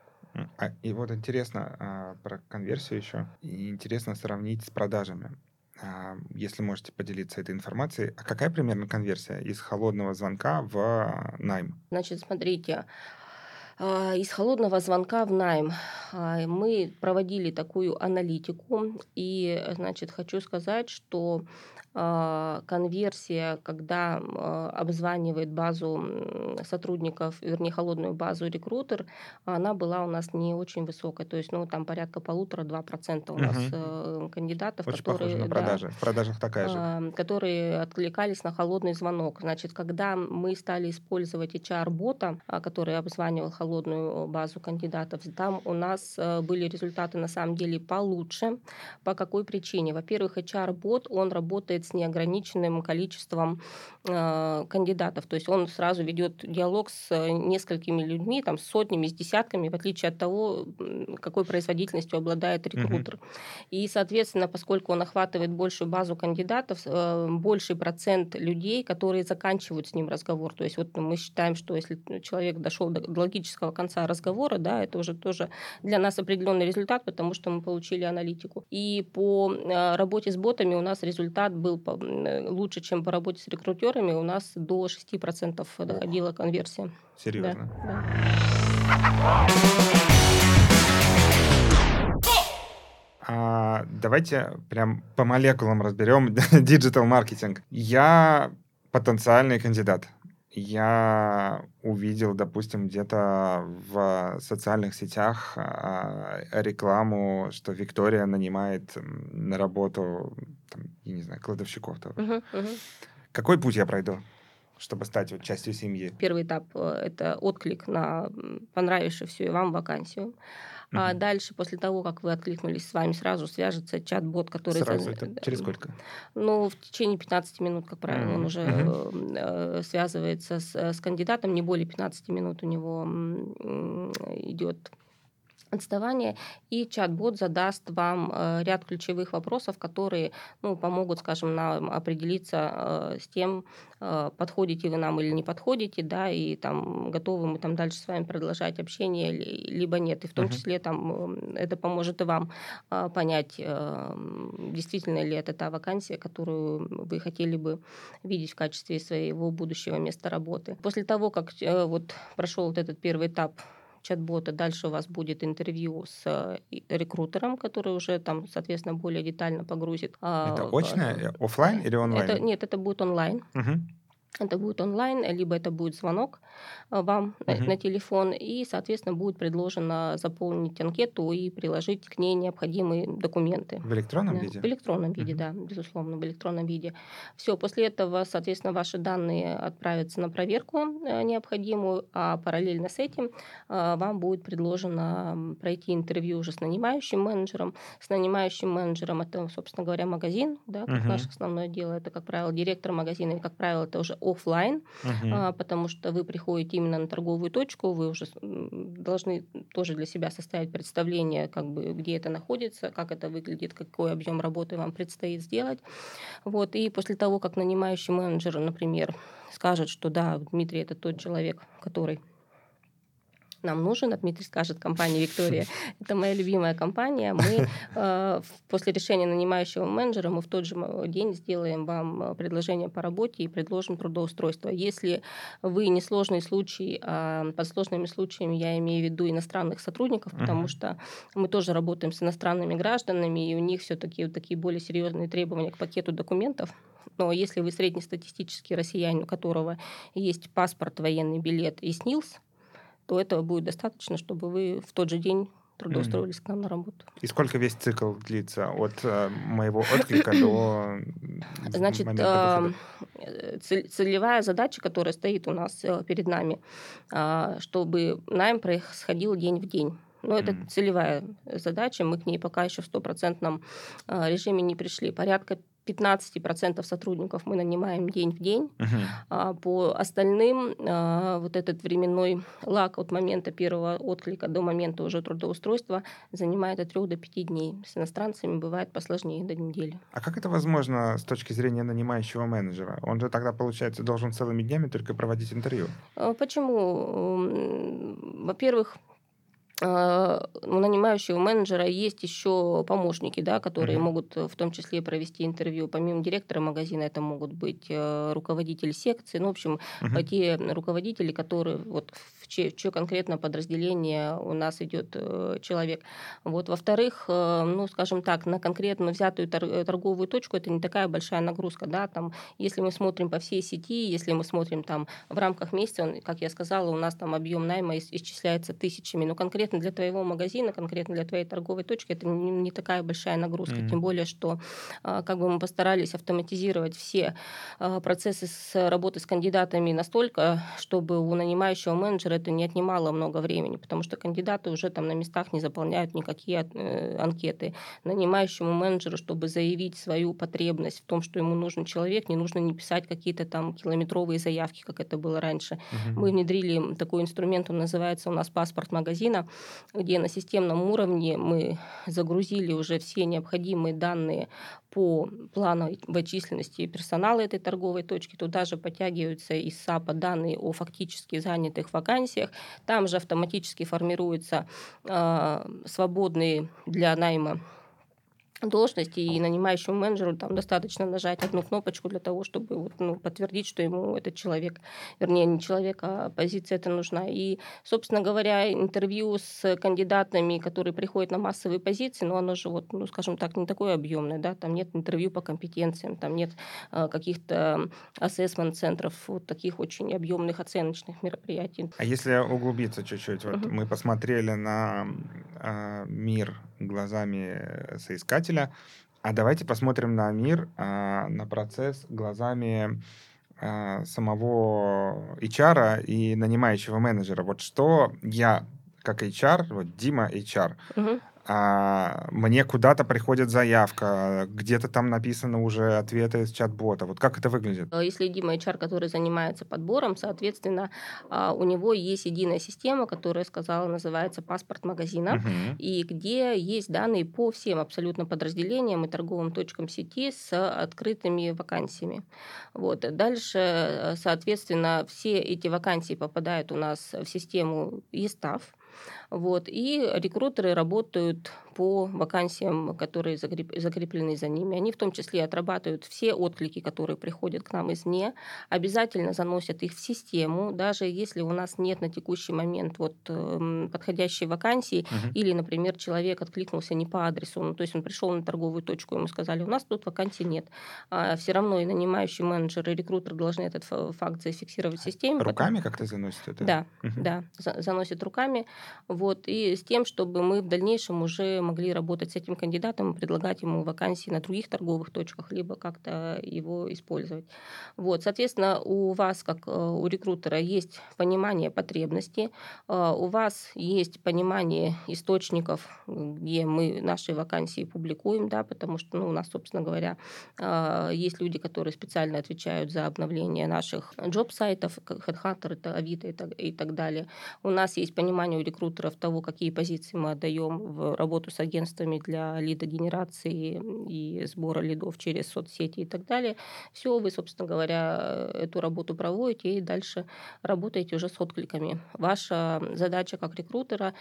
И вот интересно про конверсию еще. И интересно сравнить с продажами. Если можете поделиться этой информацией, а какая примерно конверсия из холодного звонка в найм? Значит, смотрите, из холодного звонка в найм мы проводили такую аналитику, и, значит, хочу сказать, что конверсия, когда обзванивает базу сотрудников, вернее, холодную базу рекрутер, она была у нас не очень высокая. То есть, ну, там порядка 1,5–2% у нас Мгм. кандидатов, Очень похоже на которые, да, продажи. В продажах такая же. которые откликались на холодный звонок. Значит, когда мы стали использовать HR-бота, который обзванивал холодную базу кандидатов, там у нас были результаты на самом деле получше. По какой причине? Во-первых, HR-бот, он работает с неограниченным количеством кандидатов, то есть он сразу ведет диалог с несколькими людьми, там, с сотнями, с десятками, в отличие от того, какой производительностью обладает Мгм. рекрутер. И, соответственно, поскольку он охватывает большую базу кандидатов, больший процент людей, которые заканчивают с ним разговор. То есть вот мы считаем, что если человек дошел до логического конца разговора, да, это уже тоже для нас определенный результат, потому что мы получили аналитику. И по работе с ботами у нас результат был лучше, чем по работе с рекрутерами. У нас до 6% Ох, доходила конверсия. Да, серьезно. да. Давайте прям по молекулам разберем диджитал-маркетинг. Я потенциальный кандидат. Я увидел, допустим, где-то в социальных сетях рекламу, что Виктория нанимает на работу, там, я не знаю, кладовщиков тоже. Мгм, мгм. Какой путь я пройду, чтобы стать вот частью семьи? Первый этап это отклик на понравившуюся вам вакансию. А Мгм. дальше, после того, как вы откликнулись, с вами сразу свяжется чат-бот, который Сразу это через сколько? ну, в течение 15 минут, как правило, он уже Мгм. связывается с кандидатом, не более 15 минут у него идет отставание, и чат-бот задаст вам ряд ключевых вопросов, которые, ну, помогут, скажем, нам определиться с тем, подходите вы нам или не подходите, да, и там готовы мы там дальше с вами продолжать общение, либо нет. И в том Мгм. числе там это поможет и вам понять, действительно ли это та вакансия, которую вы хотели бы видеть в качестве своего будущего места работы. После того, как вот прошел вот этот первый этап чат-бота. Дальше у вас будет интервью с рекрутером, который уже там, соответственно, более детально погрузит Это вас. очно, оффлайн или Это, онлайн? нет, это будет онлайн. Мгм. Это будет онлайн, либо это будет звонок вам на Мгм. телефон, и, соответственно, будет предложено заполнить анкету и приложить к ней необходимые документы. В электронном Да, в виде? электронном виде, Мгм. да, безусловно, в электронном виде. Все, после этого, соответственно, ваши данные отправятся на проверку необходимую, а параллельно с этим вам будет предложено пройти интервью уже с нанимающим менеджером. С нанимающим менеджером это, собственно говоря, магазин, да, как наше Мгм. основное дело. Это, как правило, директор магазина, и, как правило, это уже оффлайн, Мгм. потому что вы приходите именно на торговую точку, вы уже должны тоже для себя составить представление, как бы, где это находится, как это выглядит, какой объем работы вам предстоит сделать. Вот. И после того, как нанимающий менеджер, например, скажет, что да, Дмитрий это тот человек, который нам нужен, а Дмитрий скажет, компания «Виктория» — это моя любимая компания. Мы после решения нанимающего менеджера мы в тот же день сделаем вам предложение по работе и предложим трудоустройство. Если вы не сложный случай, под сложными случаями я имею в виду иностранных сотрудников, потому Мгм. что мы тоже работаем с иностранными гражданами, и у них все-таки вот такие более серьезные требования к пакету документов. Но если вы среднестатистический россиянин, у которого есть паспорт, военный билет и СНИЛС, то этого будет достаточно, чтобы вы в тот же день М. трудоустроились к нам на работу. И сколько весь цикл длится от моего отклика до Значит, момента выхода? целевая задача, которая стоит у нас перед нами, чтобы найм происходил день в день. Но это М. целевая задача, мы к ней пока еще в стопроцентном режиме не пришли. Порядка 15% сотрудников мы нанимаем день в день. Мгм. По остальным вот этот временной лаг от момента первого отклика до момента уже трудоустройства занимает от 3 до 5 дней. С иностранцами бывает посложнее, до недели. А как это возможно с точки зрения нанимающего менеджера? Он же тогда, получается, должен целыми днями только проводить интервью. Почему? Во-первых, У нанимающего менеджера есть еще помощники, да, которые Мгм. могут в том числе провести интервью. Помимо директора магазина это могут быть руководители секции, ну, в общем, Мгм. те руководители, которые вот в чье конкретно подразделение у нас идет человек. Вот. Во-вторых, ну, скажем так, на конкретно взятую торговую точку это не такая большая нагрузка, да, там, если мы смотрим по всей сети, если мы смотрим там в рамках месяца, как я сказала, у нас там объем найма исчисляется тысячами, но конкретно для твоего магазина, конкретно для твоей торговой точки это не такая большая нагрузка, М. тем более, что как бы мы постарались автоматизировать все процессы с работы с кандидатами настолько, чтобы у нанимающего менеджера это не отнимало много времени, потому что кандидаты уже там на местах не заполняют никакие анкеты. Нанимающему менеджеру, чтобы заявить свою потребность в том, что ему нужен человек, не нужно не писать какие-то там километровые заявки, как это было раньше. Мы Мгм. внедрили такой инструмент, он называется у нас паспорт магазина, где на системном уровне мы загрузили уже все необходимые данные по плановой численности персонала этой торговой точки. Туда же подтягиваются из САПа данные о фактически занятых вакансиях. Там же автоматически формируются свободные для найма должности, и нанимающему менеджеру там достаточно нажать одну кнопочку для того, чтобы вот, ну, подтвердить, что ему этот человек, вернее, не человек, а позиция эта нужна. И, собственно говоря, интервью с кандидатами, которые приходят на массовые позиции, ну, оно же, вот, ну, скажем так, не такое объемное, да, там нет интервью по компетенциям, там нет каких-то ассессмент-центров, вот таких очень объемных оценочных мероприятий. А если углубиться чуть-чуть, вот Мгм. мы посмотрели на мир глазами соискателя, а давайте посмотрим на мир, на процесс глазами самого HR и нанимающего менеджера. Вот что я, как HR, вот Дима HR, Мгм. мне куда-то приходит заявка, где-то там написано уже ответы из чат-бота. Вот как это выглядит? Если Дима HR, который занимается подбором, соответственно, у него есть единая система, которая, сказала, называется паспорт магазина, Мгм. и где есть данные по всем абсолютно подразделениям и торговым точкам сети с открытыми вакансиями. Вот. Дальше, соответственно, все эти вакансии попадают у нас в систему eStaff, вот, и рекрутеры работают по вакансиям, которые закреплены за ними. Они в том числе отрабатывают все отклики, которые приходят к нам извне, обязательно заносят их в систему, даже если у нас нет на текущий момент вот, подходящей вакансии, Мгм. или, например, человек откликнулся не по адресу, ну, то есть он пришел на торговую точку, ему сказали, у нас тут вакансий нет. Все равно и нанимающий менеджер, и рекрутер должны этот факт зафиксировать в системе. Руками как-то заносит это? Да, Мгм. да, заносит руками. Вот, и с тем, чтобы мы в дальнейшем уже могли работать с этим кандидатом, предлагать ему вакансии на других торговых точках, либо как-то его использовать. Вот, соответственно, у вас, как у рекрутера, есть понимание потребностей, у вас есть понимание источников, где мы наши вакансии публикуем, да, потому что, ну, у нас, собственно говоря, есть люди, которые специально отвечают за обновление наших джоб-сайтов, как HeadHunter, это Авито и так далее. У нас есть понимание у рекрутеров того, какие позиции мы отдаем в работу с агентствами для лидогенерации и сбора лидов через соцсети и так далее. Все, вы, собственно говоря, эту работу проводите и дальше работаете уже с откликами. Ваша задача как рекрутера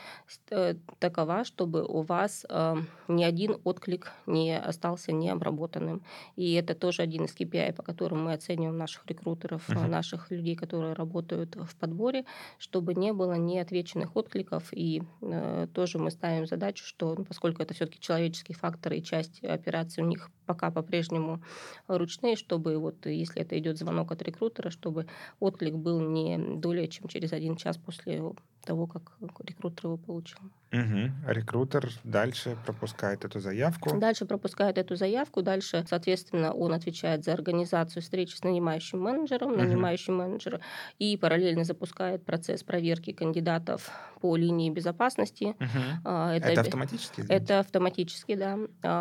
такова, чтобы у вас ни один отклик не остался необработанным. И это тоже один из KPI, по которым мы оцениваем наших рекрутеров, Мгм. наших людей, которые работают в подборе, чтобы не было неотвеченных откликов. И тоже мы ставим задачу, что, ну, поскольку это все-таки человеческий фактор и часть операции у них пока по-прежнему ручные, чтобы вот если это идет звонок от рекрутера, чтобы отклик был не более чем через 1 час после того, как рекрутер его получил. Мгм. Рекрутер дальше пропускает эту заявку. Дальше пропускает эту заявку, дальше, соответственно, он отвечает за организацию встречи с нанимающим менеджером, Мгм. нанимающий менеджер, и параллельно запускает процесс проверки кандидатов по линии безопасности. Мгм. А, Это, Это обе- автоматически, извините? это автоматически, да.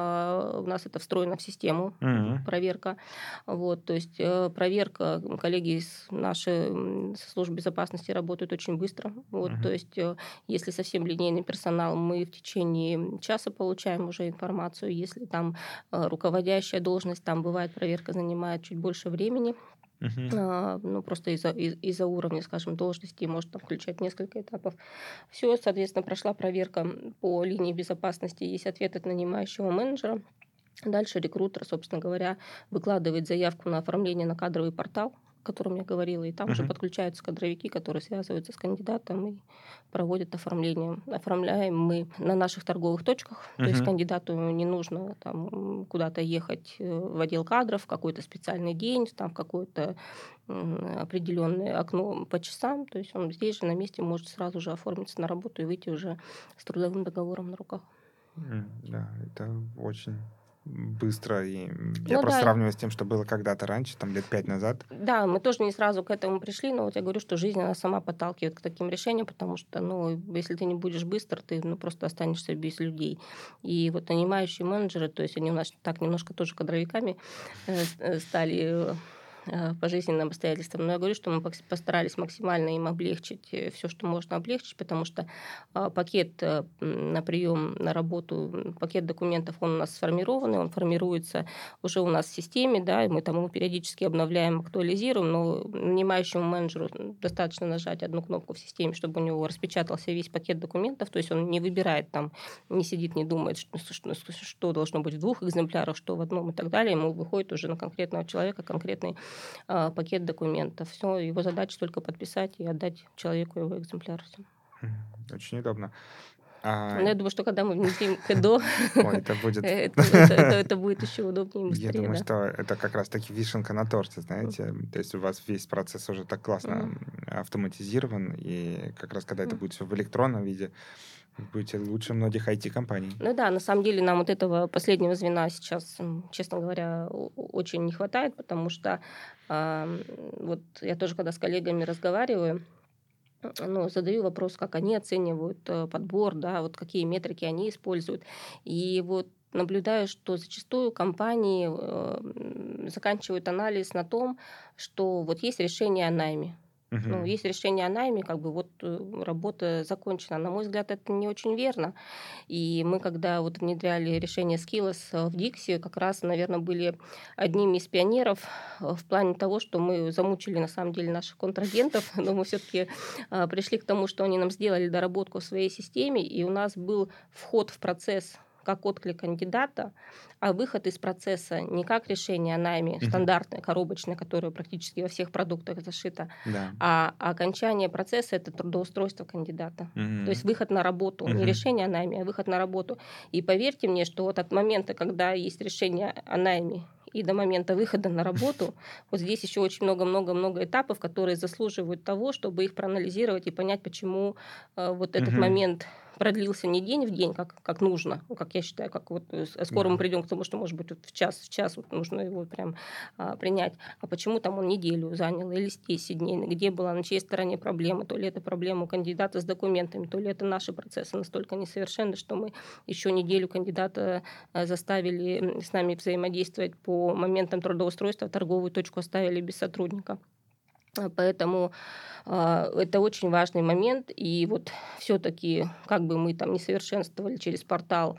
У нас это встроено в систему, Мгм. проверка. Вот, то есть проверка, коллеги из нашей со службы безопасности работают очень быстро. Вот, то Мгм. есть если совсем линейный персонал, мы в течение часа получаем уже информацию. Если там руководящая должность, там бывает проверка занимает чуть больше времени. Мгм. Ну, просто из-за уровня, скажем, должности, может там включать несколько этапов. Все, соответственно, прошла проверка по линии безопасности, есть ответ от нанимающего менеджера. Дальше рекрутер, собственно говоря, выкладывает заявку на оформление на кадровый портал, о котором я говорила, и там уже Мгм. подключаются кадровики, которые связываются с кандидатом и проводят оформление. Оформляем мы на наших торговых точках, то есть Мгм. кандидату не нужно там куда-то ехать в отдел кадров в какой-то специальный день, там в какое-то определенное окно по часам, то есть он здесь же на месте может сразу же оформиться на работу и выйти уже с трудовым договором на руках. Да, это очень быстро. И я Ну просто да, сравниваю с тем, что было когда-то раньше, там лет 5 назад. да, мы тоже не сразу к этому пришли, но вот я говорю, что жизнь, она сама подталкивает к таким решениям, потому что, ну, если ты не будешь быстр, ты, ну, просто останешься без людей. И вот нанимающие менеджеры, то есть они у нас так немножко тоже кадровиками стали по жизненным обстоятельствам. Но я говорю, что мы постарались максимально им облегчить все, что можно облегчить, потому что пакет на прием на работу, пакет документов, он у нас сформированный, он формируется уже у нас в системе, да, и мы там его периодически обновляем, актуализируем, но нанимающему менеджеру достаточно нажать одну кнопку в системе, чтобы у него распечатался весь пакет документов, то есть он не выбирает там, не сидит, не думает, что должно быть в 2 экземплярах, что в одном и так далее, ему выходит уже на конкретного человека конкретный пакет документов. Все, его задача только подписать и отдать человеку его экземпляр. Всё. Очень удобно. А, Но я думаю, что когда мы внедрим КЭДО, Ой, это будет... это будет еще удобнее и Я быстрее, думаю, да. что это как раз-таки вишенка на торте, М, знаете. То есть у вас весь процесс уже так классно мгм. автоматизирован, и как раз когда это М. будет все в электронном виде, вы будете лучше многих IT-компаний. Ну да, на самом деле нам вот этого последнего звена сейчас, честно говоря, очень не хватает, потому что вот я тоже, когда с коллегами разговариваю, ну, задаю вопрос, как они оценивают подбор, да, вот какие метрики они используют. И вот наблюдаю, что зачастую компании заканчивают анализ на том, что вот есть решение о найме. Ну, Мгм. есть решение о найме, как бы вот работа закончена. На мой взгляд, это не очень верно. И мы, когда вот внедряли решение Skills в Dixie, как раз, наверное, были одними из пионеров в плане того, что мы замучили, на самом деле, наших контрагентов, но мы все-таки пришли к тому, что они нам сделали доработку в своей системе, и у нас был вход в процесс как отклик кандидата, а выход из процесса не как решение о найме Мгм. стандартное, коробочное, которое практически во всех продуктах зашито, Да. а окончание процесса – это трудоустройство кандидата. То есть Мгм. выход на работу, не Мгм. решение о найме, а выход на работу. И поверьте мне, что вот от момента, когда есть решение о найме, и до момента выхода на работу, вот здесь еще очень много-много-много этапов, которые заслуживают того, чтобы их проанализировать и понять, почему вот этот Мгм. момент продлился не день в день, как нужно, ну, как я считаю, как вот скоро мы Да. придем к тому, что, может быть, вот в час вот нужно его прям принять, а почему там он неделю занял или 10 дней, где была, на чьей стороне проблема, то ли это проблема у кандидата с документами, то ли это наши процессы настолько несовершенны, что мы еще неделю кандидата заставили с нами взаимодействовать по моментам трудоустройства, торговую точку оставили без сотрудника. Поэтому это очень важный момент. И вот все-таки, как бы мы там не совершенствовали через портал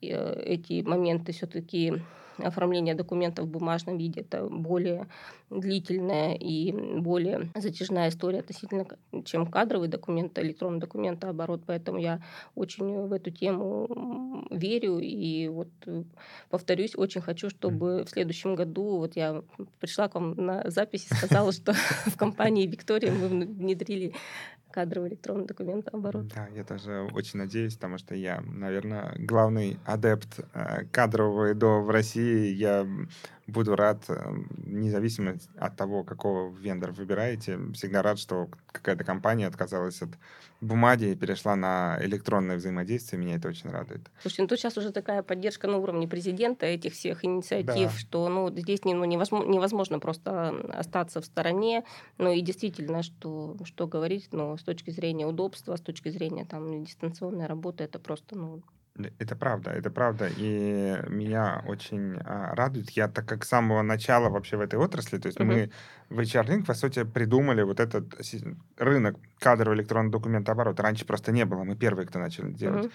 эти моменты, все-таки оформление документов в бумажном виде это более длительная и более затяжная история относительно, чем кадровый документ, электронный документооборот. Поэтому я очень в эту тему верю и вот повторюсь, очень хочу, М. чтобы в следующем году, вот я пришла к вам на запись и сказала, что в компании «Виктория» мы внедрили кадровый электронный документооборот. Да, я тоже очень надеюсь, потому что я, наверное, главный адепт кадрового ИДО в России. Я буду рад, независимо от того, какого вендора выбираете, всегда рад, что какая-то компания отказалась от бумаги и перешла на электронное взаимодействие. Меня это очень радует. Слушайте, ну тут сейчас уже такая поддержка на уровне президента этих всех инициатив, Да. что ну, вот здесь невозможно просто остаться в стороне. Ну и действительно, что говорить, но с точки зрения удобства, с точки зрения там, дистанционной работы, это просто ну, Это правда, это правда. И меня очень радует. Я так как с самого начала вообще в этой отрасли, то есть мгм, мы в HR Link, по сути, придумали вот этот рынок кадрового электронного документооборота. Раньше просто не было, мы первые, кто начали делать. мгм.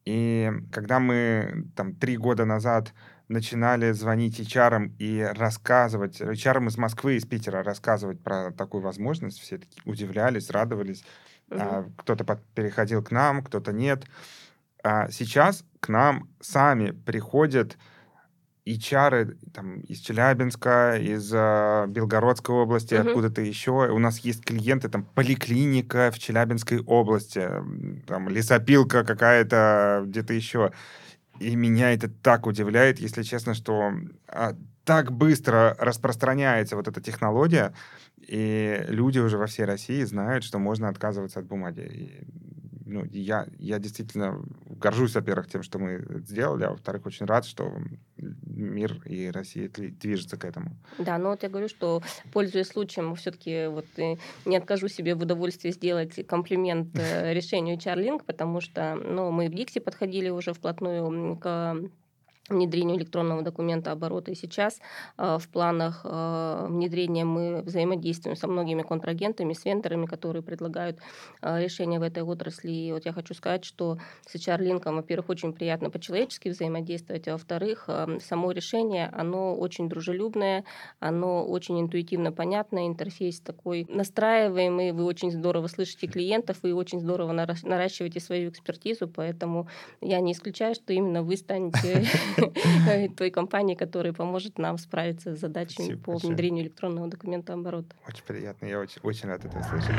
И когда мы там 3 года назад начинали звонить HR и рассказывать, HR из Москвы, из Питера, рассказывать про такую возможность, все такие удивлялись, радовались. Мгм. Кто-то переходил к нам, кто-то нет. А сейчас к нам сами приходят HR там из Челябинска, из Белгородской области, Мгм. откуда-то еще. У нас есть клиенты, там, поликлиника в Челябинской области, там, лесопилка какая-то где-то еще. И меня это так удивляет, если честно, что так быстро распространяется вот эта технология, и люди уже во всей России знают, что можно отказываться от бумаги. И, ну, я действительно горжусь, во-первых, тем, что мы это сделали, а во-вторых, очень рад, что мир и Россия движется к этому. Да, но вот я говорю, что, пользуясь случаем, все-таки вот не откажу себе в удовольствии сделать комплимент решению HR-Link, потому что, ну, мы в Dixie подходили уже вплотную к внедрению электронного документа оборота. И сейчас в планах внедрения мы взаимодействуем со многими контрагентами, с вендорами, которые предлагают решения в этой отрасли. И вот я хочу сказать, что с HR-линком, во-первых, очень приятно по-человечески взаимодействовать, а во-вторых, само решение, оно очень дружелюбное, оно очень интуитивно понятное, интерфейс такой настраиваемый, вы очень здорово слышите клиентов, вы очень здорово наращиваете свою экспертизу, поэтому я не исключаю, что именно вы станете той компании, которая поможет нам справиться с задачами Спасибо по большое. внедрению электронного документа оборота. Очень приятно, я очень рад это слышать.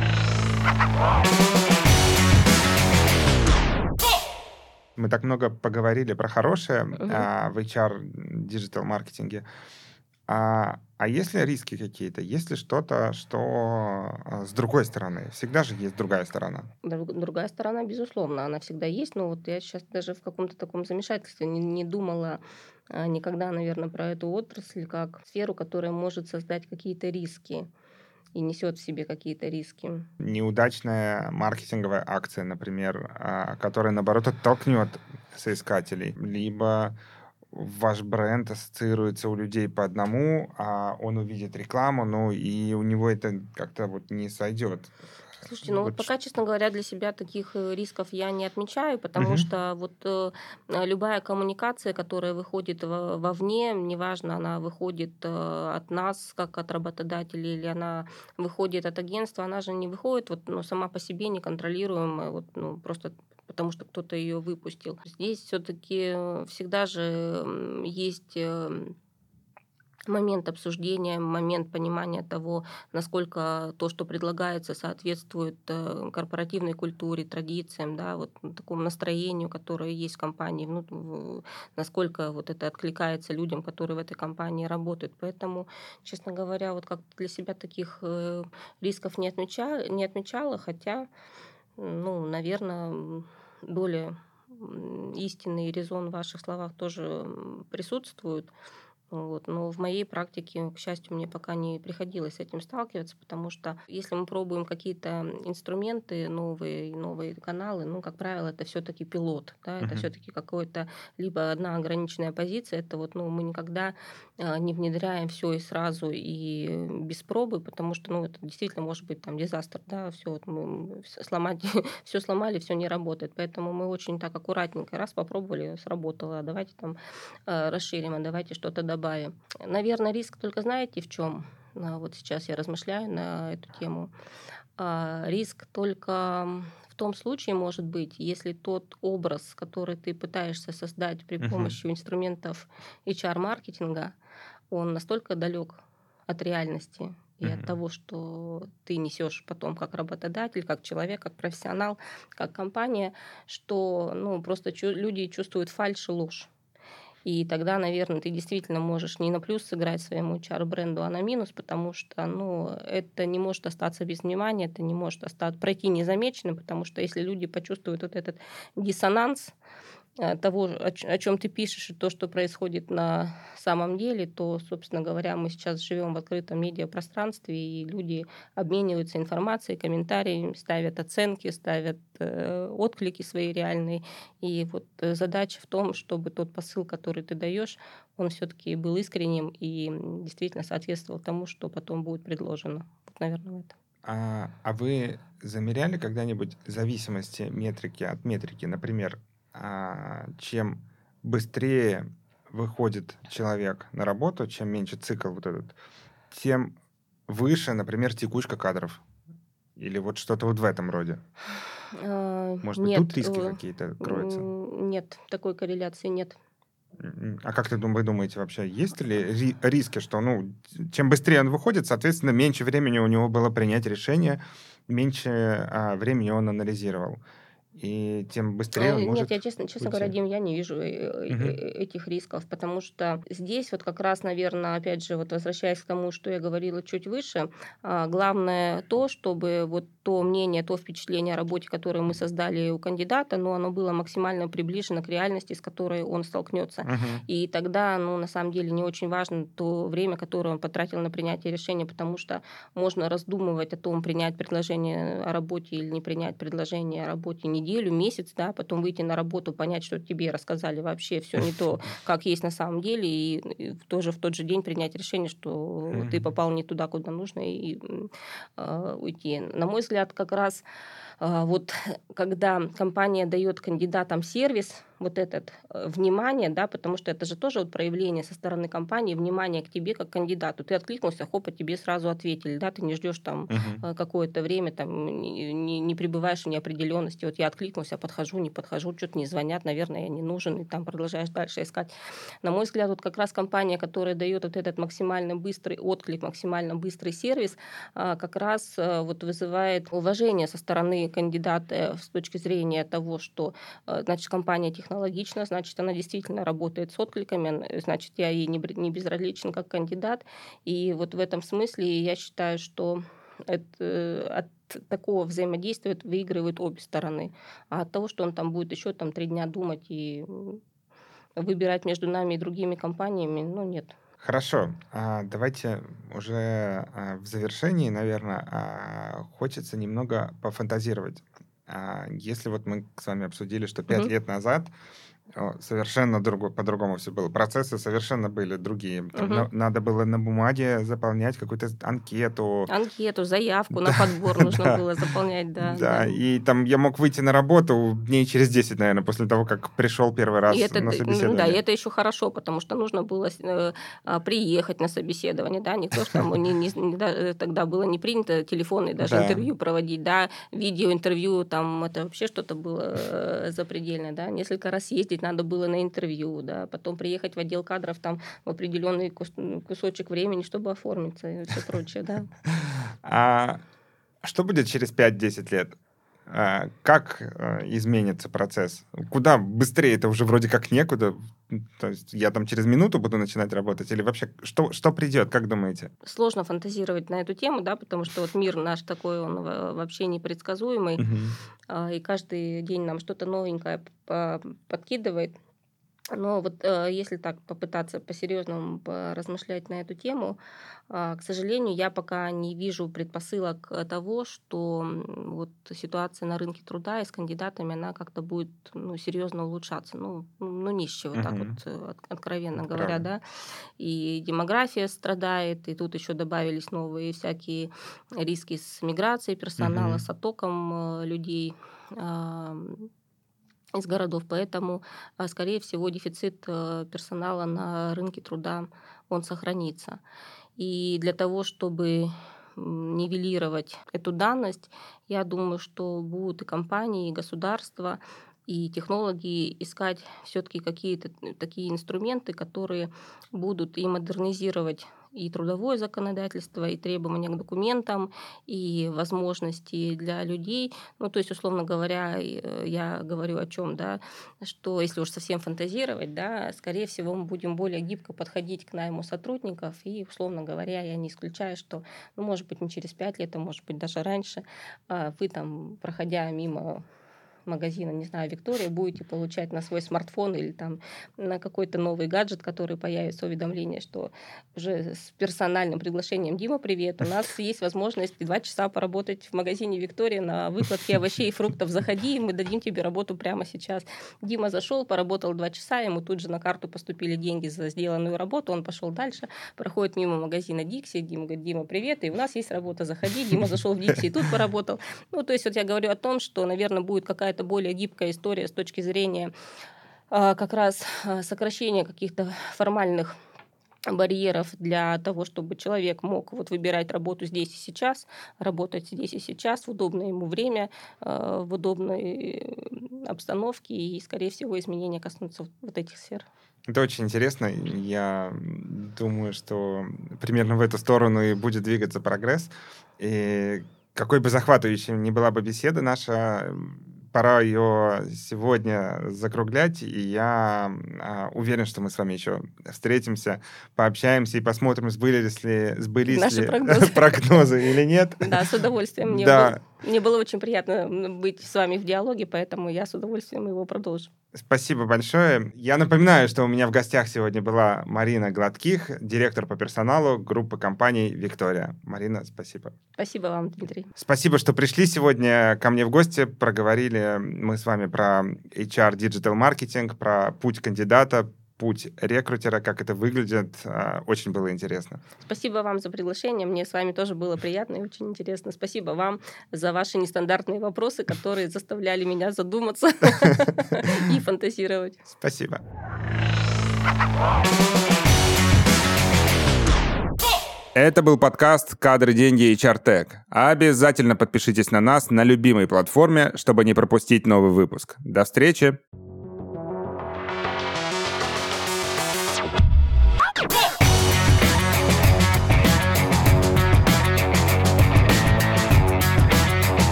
Мы так много поговорили про хорошее Мгм. в HR диджитал-маркетинге. А есть ли риски какие-то? Есть ли что-то, что с другой стороны? Всегда же есть другая сторона. Другая сторона, безусловно, она всегда есть, но вот я сейчас даже в каком-то таком замешательстве не думала никогда, наверное, про эту отрасль как сферу, которая может создать какие-то риски и несет в себе какие-то риски. Неудачная маркетинговая акция, например, которая, наоборот, оттолкнет соискателей. Либо ваш бренд ассоциируется у людей по одному, а он увидит рекламу, ну и у него это как-то вот не сойдет. Слушайте, ну вот Вот. пока, честно говоря, для себя таких рисков я не отмечаю, потому Мгм. что вот любая коммуникация, которая выходит вовне, неважно, она выходит от нас, как от работодателя, или она выходит от агентства, она же не выходит вот, ну, сама по себе неконтролируемая, вот, ну, просто потому что кто-то ее выпустил. Здесь все-таки всегда же есть момент обсуждения, момент понимания того, насколько то, что предлагается, соответствует корпоративной культуре, традициям, да, вот такому настроению, которое есть в компании, насколько вот это откликается людям, которые в этой компании работают. Поэтому, честно говоря, вот как для себя таких рисков не отмечала, хотя, ну, наверное, доля истины и резон в ваших словах тоже присутствует. Вот. Но в моей практике, к счастью, мне пока не приходилось с этим сталкиваться, потому что если мы пробуем какие-то инструменты, новые каналы, ну, как правило, это все-таки пилот, да, это Мгм. все-таки какой-то либо одна ограниченная позиция, это вот, ну, мы никогда не внедряем все и сразу и без пробы, потому что, ну, это действительно может быть там дизастер, да, все вот мы сломать, все сломали, все не работает, поэтому мы очень так аккуратненько раз попробовали, сработало, а давайте там расширим, а давайте что-то добавим. Наверное, риск только знаете в чем? Вот сейчас я размышляю на эту тему. Риск только в том случае может быть, если тот образ, который ты пытаешься создать при Мгм. помощи инструментов HR-маркетинга, он настолько далек от реальности и от Мгм. того, что ты несешь потом как работодатель, как человек, как профессионал, как компания, что, ну, просто люди чувствуют фальшь и ложь. И тогда, наверное, ты действительно можешь не на плюс сыграть своему HR-бренду, а на минус, потому что, ну, это не может остаться без внимания, это не может пройти незамеченным, потому что если люди почувствуют вот этот диссонанс, того, о чем ты пишешь, и то, что происходит на самом деле, то, собственно говоря, мы сейчас живем в открытом медиапространстве, и люди обмениваются информацией, комментариями, ставят оценки, ставят отклики свои реальные. И вот задача в том, чтобы тот посыл, который ты даешь, он все-таки был искренним и действительно соответствовал тому, что потом будет предложено. Вот, наверное, в этом. А вы замеряли когда-нибудь зависимости метрики от метрики? Например, чем быстрее выходит человек на работу, чем меньше цикл вот этот, тем выше, например, текучка кадров. Или вот что-то вот в этом роде. Может быть, тут Нет, риски какие-то кроются? нет, такой корреляции нет. А как вы думаете вообще, есть ли риски, что, чем быстрее он выходит, соответственно, меньше времени у него было принять решение, меньше времени он анализировал, и тем быстрее он Нет, я, может честно говоря, уйти? Дим, я не вижу Мгм. этих рисков, потому что здесь вот как раз, наверное, опять же, вот возвращаясь к тому, что я говорила чуть выше, главное то, чтобы вот то мнение, то впечатление о работе, которое мы создали у кандидата, но оно было максимально приближено к реальности, с которой он столкнется. Мгм. И тогда, на самом деле, не очень важно то время, которое он потратил на принятие решения, потому что можно раздумывать о том, принять предложение о работе или не принять предложение о работе неделю, месяц, да, потом выйти на работу, понять, что тебе рассказали вообще все не то, как есть на самом деле, и тоже в тот же день принять решение, что ты Мгм. попал не туда, куда нужно, и уйти. На мой взгляд, как раз вот когда компания дает кандидатам сервис, вот этот внимание, да, потому что это же тоже вот проявление со стороны компании внимания к тебе как кандидату. Ты откликнулся, хоп, а тебе сразу ответили, да, ты не ждешь там Мгм. какое-то время, там не пребываешь в неопределенности. Вот я откликнулся, подхожу, не подхожу, что-то не звонят, наверное, я не нужен, и там продолжаешь дальше искать. На мой взгляд, вот как раз компания, которая дает вот этот максимально быстрый отклик, максимально быстрый сервис, как раз вот вызывает уважение со стороны кандидата с точки зрения того, что значит, компания технологична, значит, она действительно работает с откликами, значит, я ей не безразличен как кандидат. И вот в этом смысле я считаю, что от такого взаимодействия выигрывают обе стороны. А от того, что он там будет еще там 3 дня думать и выбирать между нами и другими компаниями, нет. Хорошо. Давайте уже в завершении, наверное, хочется немного пофантазировать. Если вот мы с вами обсудили, что 5 Мгм. лет назад совершенно по-другому все было. Процессы совершенно были другие. Там Мгм. надо было на бумаге заполнять какую-то анкету. Анкету, заявку на Да, подбор нужно да, было заполнять, да, да. да. И там я мог выйти на работу дней через 10, наверное, после того, как пришел первый И раз это, на да, и собеседование. это еще хорошо, потому что нужно было приехать на собеседование, да, не то, что там тогда было не принято телефонные даже Да. интервью проводить, да, видеоинтервью, там это вообще что-то было запредельное, да, несколько раз ездить надо было на интервью, да, потом приехать в отдел кадров там в определенный кусочек времени, чтобы оформиться и все прочее, да. А что будет через 5-10 лет? Как изменится процесс? Куда быстрее? Это уже вроде как некуда. То есть я там через минуту буду начинать работать? Или вообще что придет, как думаете? Сложно фантазировать на эту тему, да, потому что вот мир наш такой, он вообще непредсказуемый, Мгм. и каждый день нам что-то новенькое подкидывает. Но вот если так попытаться по-серьезному размышлять на эту тему, к сожалению, я пока не вижу предпосылок того, что вот ситуация на рынке труда и с кандидатами, она как-то будет серьезно улучшаться. Не с чего, так вот Мгм. откровенно Это говоря, правда. да. И демография страдает, и тут еще добавились новые всякие риски с миграцией персонала, Мгм. с оттоком людей из городов. Поэтому, скорее всего, дефицит персонала на рынке труда, он сохранится. И для того, чтобы нивелировать эту данность, я думаю, что будут и компании, и государства, и технологи искать все-таки какие-то такие инструменты, которые будут и модернизировать и трудовое законодательство, и требования к документам, и возможности для людей. То есть, условно говоря, я говорю о чем, да, что если уж совсем фантазировать, да, скорее всего, мы будем более гибко подходить к найму сотрудников, и, условно говоря, я не исключаю, что, может быть, не через 5 лет, а может быть, даже раньше, вы там, проходя мимо магазина, не знаю, Виктория, будете получать на свой смартфон или там на какой-то новый гаджет, который появится, уведомление, что уже с персональным приглашением: «Дима, привет, у нас есть возможность 2 часа поработать в магазине Виктория на выкладке овощей и фруктов. Заходи, и мы дадим тебе работу прямо сейчас». Дима зашел, поработал 2 часа, ему тут же на карту поступили деньги за сделанную работу, он пошел дальше, проходит мимо магазина Дикси, Дима говорит: «Дима, привет, и у нас есть работа, заходи». Дима зашел в Дикси и тут поработал. То есть вот я говорю о том, что, наверное, будет какая-то какая-то более гибкая история с точки зрения как раз сокращения каких-то формальных барьеров для того, чтобы человек мог вот выбирать работу здесь и сейчас, работать здесь и сейчас, в удобное ему время, в удобной обстановке, и, скорее всего, изменения коснутся вот этих сфер. Это очень интересно. Я думаю, что примерно в эту сторону и будет двигаться прогресс. И какой бы захватывающей ни была бы беседа наша, пора ее сегодня закруглять, и я уверен, что мы с вами еще встретимся, пообщаемся и посмотрим, сбылись ли Наши прогнозы. прогнозы или нет. Да, с удовольствием. Мне было очень приятно быть с вами в диалоге, поэтому я с удовольствием его продолжу. Спасибо большое. Я напоминаю, что у меня в гостях сегодня была Марина Гладких, директор по персоналу группы компаний «Виктория». Марина, спасибо. Спасибо вам, Дмитрий. Спасибо, что пришли сегодня ко мне в гости. Проговорили мы с вами про HR Digital Marketing, про путь кандидата, путь рекрутера, как это выглядит. Очень было интересно. Спасибо вам за приглашение. Мне с вами тоже было приятно и очень интересно. Спасибо вам за ваши нестандартные вопросы, которые заставляли меня задуматься и фантазировать. Спасибо. Это был подкаст «Кадры, деньги и HR Tech». Обязательно подпишитесь на нас на любимой платформе, чтобы не пропустить новый выпуск. До встречи!